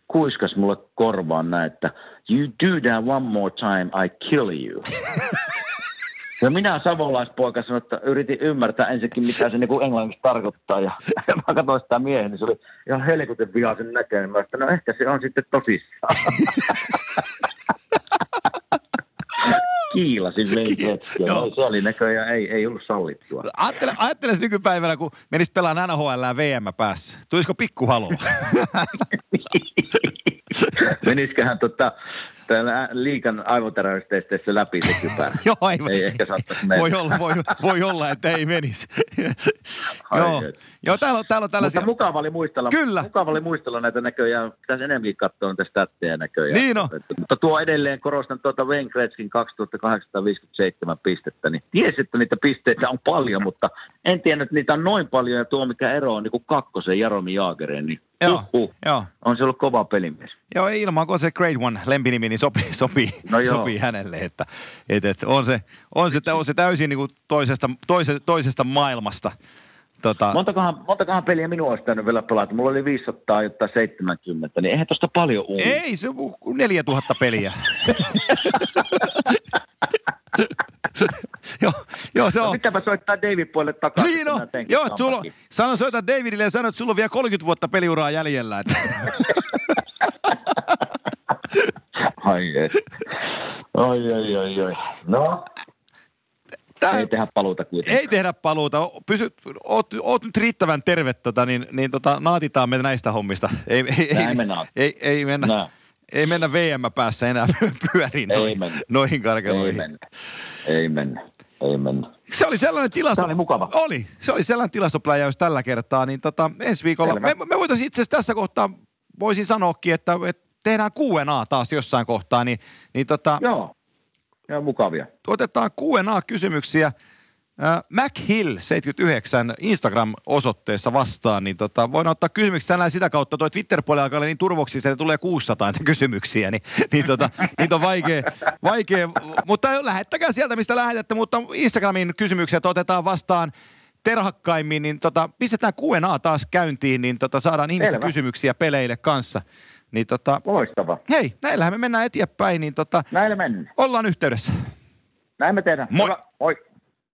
kuiskas mulle korvaan näin, että you do that one more time, I kill you. Ja minä savolaispoika sanoin, että yritin ymmärtää ensinnäkin, mitä se niin englanniksi tarkoittaa. Ja mä katsoin sitä miehen, niin se oli ihan helkutin vihaisen näköinen. Mä sanoin, no ehkä se on sitten tosissaan. Kiilasin venketkiä. Se oli näköjään, ei ollut sallittua. Ajatteles nykypäivänä, kun menisi pelaamaan NHL ja VM päässä. Tulisiko pikkuhalua? Menisiköhän liigan aivoterroristeisteessä läpi se kypärä? Joo, aivan. Ei ehkä saattaisi mennä. Voi olla, että ei menisi. Joo, täällä on tällaisia. Mutta mukava oli muistella. Kyllä. Mukava oli muistella näitä näköjään. Pitäisi enemmänkin katsoa näitä statteja näköjään. Niin on. Mutta tuo edelleen korostan Wayne Gretzkin 2857 pistettä. Niin tiesi, että niitä pisteitä on paljon, mutta en tiedä, että niitä on noin paljon. Ja tuo mikä ero on niin kuin kakkosen Jaromir Jagreen, niin Joo. On se ollut kova pelimies. Joo, ilman kun se Great One lempinimi, niin sopii hänelle, että on se täysin niin kuin toisesta maailmasta. Montakahan peliä minua olisi täynyt vielä pelata? Mulla oli 500 jotta 70, niin eihän tosta paljon uuni. Ei, se on 4000 peliä. Joo, se on. No, mitäpä soittaa David puolelle takaisin. Niin on. Joo, soita Davidille ja sano, että sulla on vielä 30 vuotta peliuraa jäljellä. Ai. No. Ei tehdä paluuta kuitenkaan. Ei tehdä paluuta. Oot nyt riittävän terve, naatitaan me näistä hommista. Ei mennä VM päässä enää pyöriin noihin karkeloihin. Ei mennä. Se oli sellainen tilasto. Se oli mukava. Se oli sellainen tilastopläjäys tällä kertaa. Niin ensi viikolla, me voitaisiin itse asiassa tässä kohtaa, voisin sanoakin, että tehdään Q&A taas jossain kohtaa. Joo, mukavia. Otetaan Q&A-kysymyksiä MacHill79 Instagram-osoitteessa vastaan, niin voidaan ottaa kysymyksiä tänään sitä kautta. Toi Twitter-puolella alkaa olla niin turvoksissa, että tulee 600 kysymyksiä, niin niitä on vaikea. Mutta lähettäkää sieltä, mistä lähetätte, mutta Instagramin kysymykset otetaan vastaan terhakkaimmin, niin pistetään Q&A taas käyntiin, niin saadaan ihmisten kysymyksiä peleille kanssa. Niin loistava. Hei, näillähän me mennään eteenpäin, niin näillä mennään. Ollaan yhteydessä. Näin me tehdään. Moi. Hyvä. Moi.